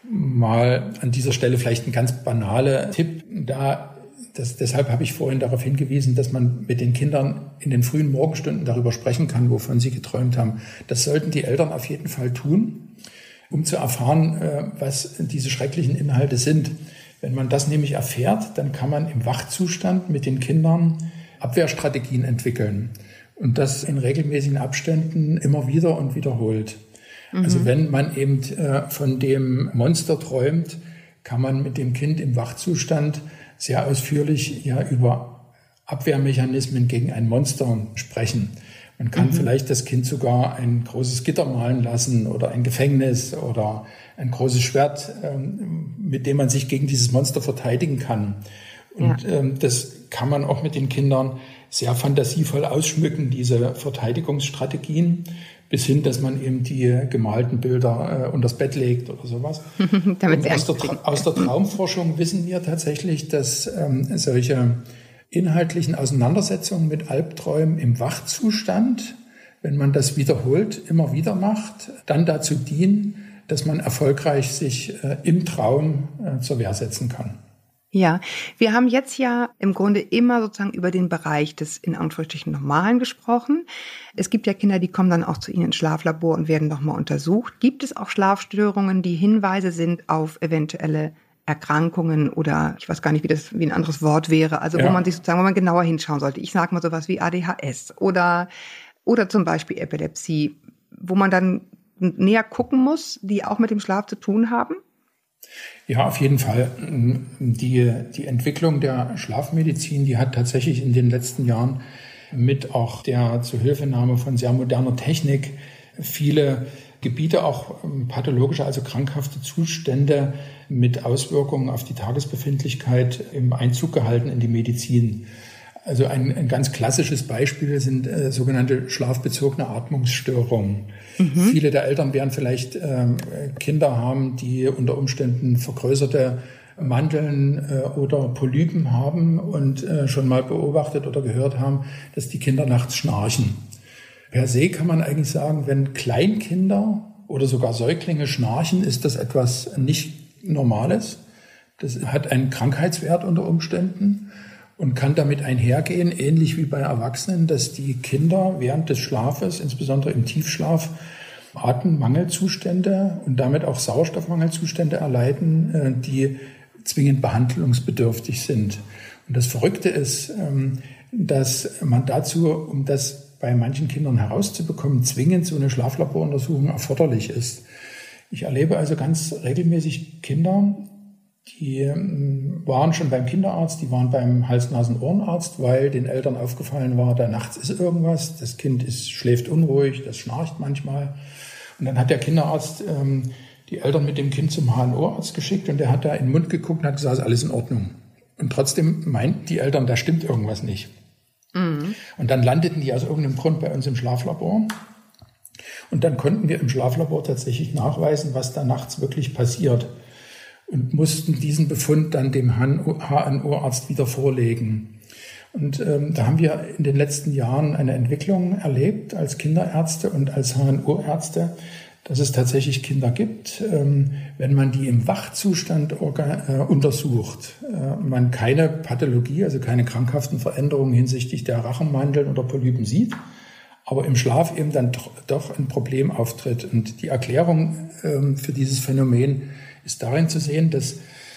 Mal an dieser Stelle vielleicht ein ganz banaler Tipp. Da, das, deshalb habe ich vorhin darauf hingewiesen, dass man mit den Kindern in den frühen Morgenstunden darüber sprechen kann, wovon sie geträumt haben. Das sollten die Eltern auf jeden Fall tun, um zu erfahren, was diese schrecklichen Inhalte sind. Wenn man das nämlich erfährt, dann kann man im Wachzustand mit den Kindern Abwehrstrategien entwickeln und das in regelmäßigen Abständen immer wieder und wiederholt. Also wenn man eben äh, von dem Monster träumt, kann man mit dem Kind im Wachzustand sehr ausführlich ja über Abwehrmechanismen gegen ein Monster sprechen. Man kann mhm. vielleicht das Kind sogar ein großes Gitter malen lassen oder ein Gefängnis oder ein großes Schwert, ähm, mit dem man sich gegen dieses Monster verteidigen kann. Und ja. ähm, das kann man auch mit den Kindern sehr fantasievoll ausschmücken, diese Verteidigungsstrategien. Bis hin, dass man eben die gemalten Bilder äh, unters Bett legt oder sowas. Damit aus, der Tra- aus der Traumforschung wissen wir tatsächlich, dass ähm, solche inhaltlichen Auseinandersetzungen mit Albträumen im Wachzustand, wenn man das wiederholt, immer wieder macht, dann dazu dienen, dass man erfolgreich sich äh, im Traum äh, zur Wehr setzen kann. Ja, wir haben jetzt ja im Grunde immer sozusagen über den Bereich des in Anführungsstrichen Normalen gesprochen. Es gibt ja Kinder, die kommen dann auch zu Ihnen ins Schlaflabor und werden nochmal untersucht. Gibt es auch Schlafstörungen, die Hinweise sind auf eventuelle Erkrankungen oder ich weiß gar nicht, wie das wie ein anderes Wort wäre, also ja. wo man sich sozusagen, wo man genauer hinschauen sollte. Ich sage mal sowas wie A D H S oder, oder zum Beispiel Epilepsie, wo man dann näher gucken muss, die auch mit dem Schlaf zu tun haben? Ja, auf jeden Fall. Die, die Entwicklung der Schlafmedizin, die hat tatsächlich in den letzten Jahren mit auch der Zuhilfenahme von sehr moderner Technik viele Gebiete, auch pathologische, also krankhafte Zustände mit Auswirkungen auf die Tagesbefindlichkeit im Einzug gehalten in die Medizin. Also ein, ein ganz klassisches Beispiel sind äh, sogenannte schlafbezogene Atmungsstörungen. Mhm. Viele der Eltern werden vielleicht äh, Kinder haben, die unter Umständen vergrößerte Mandeln äh, oder Polypen haben und äh, schon mal beobachtet oder gehört haben, dass die Kinder nachts schnarchen. Per se kann man eigentlich sagen, wenn Kleinkinder oder sogar Säuglinge schnarchen, ist das etwas nicht Normales. Das hat einen Krankheitswert unter Umständen und kann damit einhergehen, ähnlich wie bei Erwachsenen, dass die Kinder während des Schlafes, insbesondere im Tiefschlaf, Atemmangelzustände und damit auch Sauerstoffmangelzustände erleiden, die zwingend behandlungsbedürftig sind. Und das Verrückte ist, dass man dazu, um das bei manchen Kindern herauszubekommen, zwingend so eine Schlaflaboruntersuchung erforderlich ist. Ich erlebe also ganz regelmäßig Kinder, die waren schon beim Kinderarzt, die waren beim Hals-Nasen-Ohrenarzt, weil den Eltern aufgefallen war, da nachts ist irgendwas, das Kind ist, schläft unruhig, das schnarcht manchmal. Und dann hat der Kinderarzt ähm, die Eltern mit dem Kind zum H N O-Arzt geschickt und der hat da in den Mund geguckt und hat gesagt, ist alles in Ordnung. Und trotzdem meinten die Eltern, da stimmt irgendwas nicht. Mhm. Und dann landeten die aus irgendeinem Grund bei uns im Schlaflabor. Und dann konnten wir im Schlaflabor tatsächlich nachweisen, was da nachts wirklich passiert. Und mussten diesen Befund dann dem H N O-Arzt wieder vorlegen. Und ähm, da haben wir in den letzten Jahren eine Entwicklung erlebt als Kinderärzte und als H N O-Ärzte, dass es tatsächlich Kinder gibt, ähm, wenn man die im Wachzustand orga- äh, untersucht, äh, man keine Pathologie, also keine krankhaften Veränderungen hinsichtlich der Rachenmandeln oder Polypen sieht, aber im Schlaf eben dann doch, doch ein Problem auftritt. Und die Erklärung ähm, für dieses Phänomen ist darin zu sehen, dass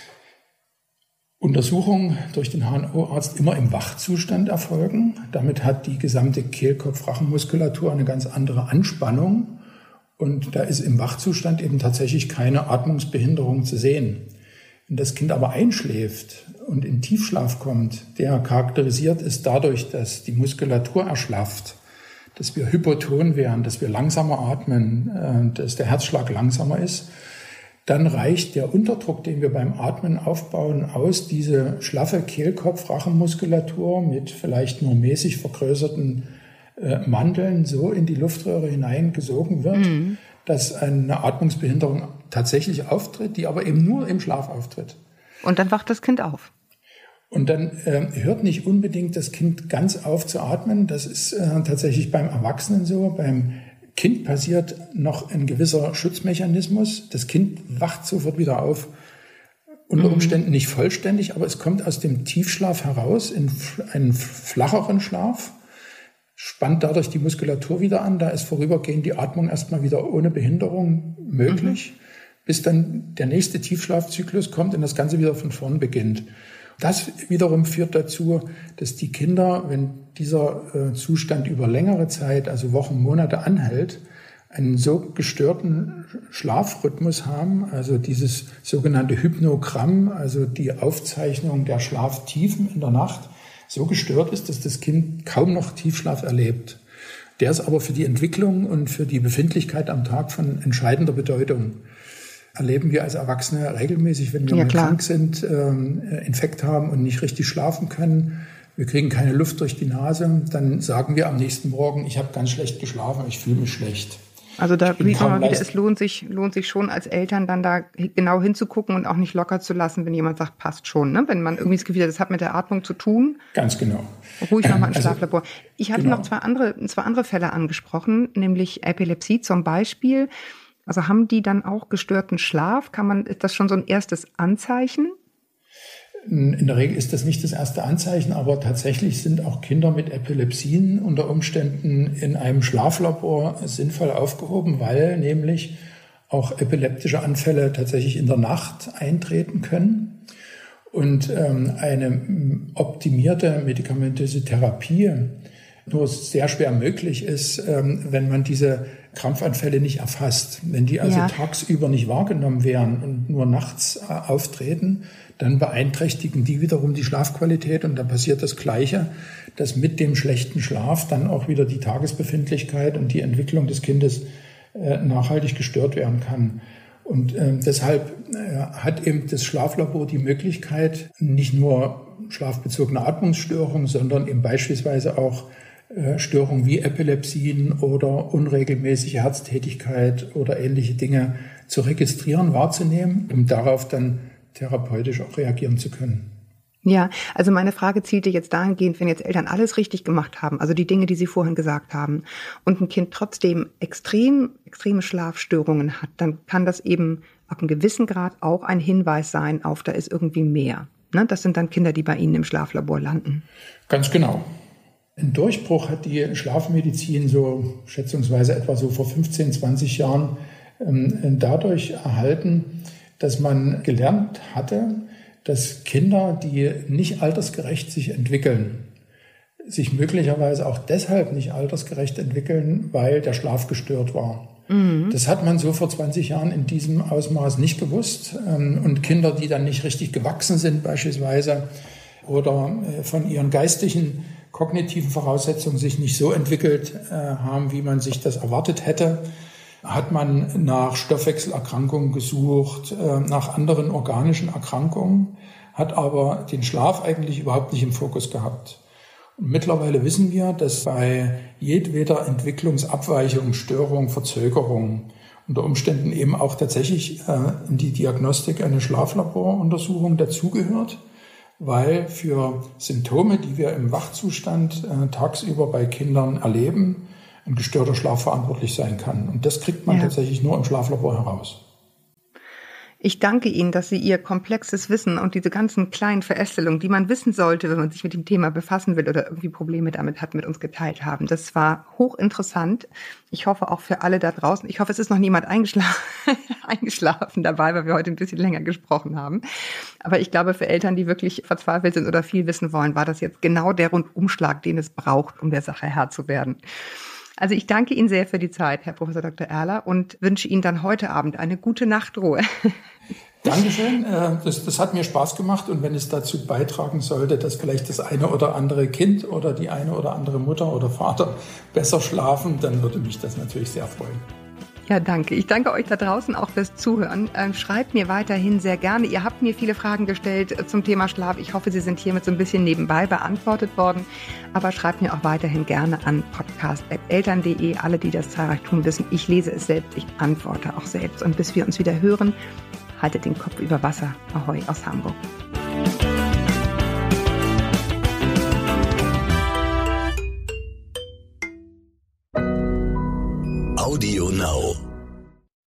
Untersuchungen durch den H N O-Arzt immer im Wachzustand erfolgen. Damit hat die gesamte Kehlkopf-Rachenmuskulatur eine ganz andere Anspannung. Und da ist im Wachzustand eben tatsächlich keine Atmungsbehinderung zu sehen. Wenn das Kind aber einschläft und in Tiefschlaf kommt, der charakterisiert ist dadurch, dass die Muskulatur erschlafft, dass wir hypoton werden, dass wir langsamer atmen, dass der Herzschlag langsamer ist, dann reicht der Unterdruck, den wir beim Atmen aufbauen, aus, diese schlaffe Kehlkopf-Rachenmuskulatur mit vielleicht nur mäßig vergrößerten äh, Mandeln so in die Luftröhre hineingesogen wird, mhm. dass eine Atmungsbehinderung tatsächlich auftritt, die aber eben nur im Schlaf auftritt. Und dann wacht das Kind auf. Und dann äh, hört nicht unbedingt das Kind ganz auf zu atmen. Das ist äh, tatsächlich beim Erwachsenen so. Beim Kind passiert noch ein gewisser Schutzmechanismus. Das Kind wacht sofort wieder auf. Unter Umständen nicht vollständig, aber es kommt aus dem Tiefschlaf heraus in einen flacheren Schlaf, spannt dadurch die Muskulatur wieder an. Da ist vorübergehend die Atmung erstmal wieder ohne Behinderung möglich, mhm. bis dann der nächste Tiefschlafzyklus kommt und das Ganze wieder von vorn beginnt. Das wiederum führt dazu, dass die Kinder, wenn dieser äh, Zustand über längere Zeit, also Wochen, Monate anhält, einen so gestörten Schlafrhythmus haben, also dieses sogenannte Hypnogramm, also die Aufzeichnung der Schlaftiefen in der Nacht, so gestört ist, dass das Kind kaum noch Tiefschlaf erlebt. Der ist aber für die Entwicklung und für die Befindlichkeit am Tag von entscheidender Bedeutung. Erleben wir als Erwachsene regelmäßig, wenn wir ja, mal klar. krank sind, ähm, Infekt haben und nicht richtig schlafen können. Wir kriegen keine Luft durch die Nase. Dann sagen wir am nächsten Morgen, ich habe ganz schlecht geschlafen, ich fühle mich schlecht. Also da sieht man mal wieder, es lohnt sich, lohnt sich schon als Eltern dann da genau hinzugucken und auch nicht locker zu lassen, wenn jemand sagt, passt schon. Ne? Wenn man irgendwie das Gefühl hat, das hat mit der Atmung zu tun. Ganz genau. Ruhig nochmal ins also, Schlaflabor. Ich hatte genau. noch zwei andere, zwei andere Fälle angesprochen, nämlich Epilepsie zum Beispiel. Also haben die dann auch gestörten Schlaf? Kann man, ist das schon so ein erstes Anzeichen? In der Regel ist das nicht das erste Anzeichen, aber tatsächlich sind auch Kinder mit Epilepsien unter Umständen in einem Schlaflabor sinnvoll aufgehoben, weil nämlich auch epileptische Anfälle tatsächlich in der Nacht eintreten können. Und ähm, eine optimierte medikamentöse Therapie nur sehr schwer möglich ist, ähm, wenn man diese Krampfanfälle nicht erfasst. Wenn die also ja. tagsüber nicht wahrgenommen werden und nur nachts äh, auftreten, dann beeinträchtigen die wiederum die Schlafqualität und dann passiert das Gleiche, dass mit dem schlechten Schlaf dann auch wieder die Tagesbefindlichkeit und die Entwicklung des Kindes äh, nachhaltig gestört werden kann. Und äh, deshalb äh, hat eben das Schlaflabor die Möglichkeit, nicht nur schlafbezogene Atmungsstörungen, sondern eben beispielsweise auch äh, Störungen wie Epilepsien oder unregelmäßige Herztätigkeit oder ähnliche Dinge zu registrieren, wahrzunehmen, um darauf dann therapeutisch auch reagieren zu können. Ja, also meine Frage zielte jetzt dahingehend, wenn jetzt Eltern alles richtig gemacht haben, also die Dinge, die Sie vorhin gesagt haben, und ein Kind trotzdem extrem, extreme Schlafstörungen hat, dann kann das eben ab einem gewissen Grad auch ein Hinweis sein auf, da ist irgendwie mehr. Ne? Das sind dann Kinder, die bei Ihnen im Schlaflabor landen. Ganz genau. Ein Durchbruch hat die Schlafmedizin so schätzungsweise etwa so vor fünfzehn, zwanzig Jahren ähm, dadurch erhalten, dass man gelernt hatte, dass Kinder, die nicht altersgerecht sich entwickeln, sich möglicherweise auch deshalb nicht altersgerecht entwickeln, weil der Schlaf gestört war. Mhm. Das hat man so vor zwanzig Jahren in diesem Ausmaß nicht gewusst. Und Kinder, die dann nicht richtig gewachsen sind beispielsweise oder von ihren geistigen, kognitiven Voraussetzungen sich nicht so entwickelt haben, wie man sich das erwartet hätte, hat man nach Stoffwechselerkrankungen gesucht, nach anderen organischen Erkrankungen, hat aber den Schlaf eigentlich überhaupt nicht im Fokus gehabt. Und mittlerweile wissen wir, dass bei jedweder Entwicklungsabweichung, Störung, Verzögerung unter Umständen eben auch tatsächlich in die Diagnostik eine Schlaflaboruntersuchung dazugehört, weil für Symptome, die wir im Wachzustand tagsüber bei Kindern erleben, ein gestörter Schlaf verantwortlich sein kann. Und das kriegt man ja. tatsächlich nur im Schlaflabor heraus. Ich danke Ihnen, dass Sie Ihr komplexes Wissen und diese ganzen kleinen Verästelungen, die man wissen sollte, wenn man sich mit dem Thema befassen will oder irgendwie Probleme damit hat, mit uns geteilt haben. Das war hochinteressant. Ich hoffe auch für alle da draußen. Ich hoffe, es ist noch niemand eingeschlafen, eingeschlafen dabei, weil wir heute ein bisschen länger gesprochen haben. Aber ich glaube, für Eltern, die wirklich verzweifelt sind oder viel wissen wollen, war das jetzt genau der Rundumschlag, den es braucht, um der Sache Herr zu werden. Also ich danke Ihnen sehr für die Zeit, Herr Professor Doktor Erler, und wünsche Ihnen dann heute Abend eine gute Nachtruhe. Dankeschön, das, das hat mir Spaß gemacht, und wenn es dazu beitragen sollte, dass vielleicht das eine oder andere Kind oder die eine oder andere Mutter oder Vater besser schlafen, dann würde mich das natürlich sehr freuen. Ja, danke. Ich danke euch da draußen auch fürs Zuhören. Ähm, schreibt mir weiterhin sehr gerne. Ihr habt mir viele Fragen gestellt äh, zum Thema Schlaf. Ich hoffe, sie sind hiermit so ein bisschen nebenbei beantwortet worden. Aber schreibt mir auch weiterhin gerne an podcast punkt eltern punkt de. Alle, die das zahlreich tun, wissen, ich lese es selbst, ich antworte auch selbst. Und bis wir uns wieder hören, haltet den Kopf über Wasser. Ahoi aus Hamburg.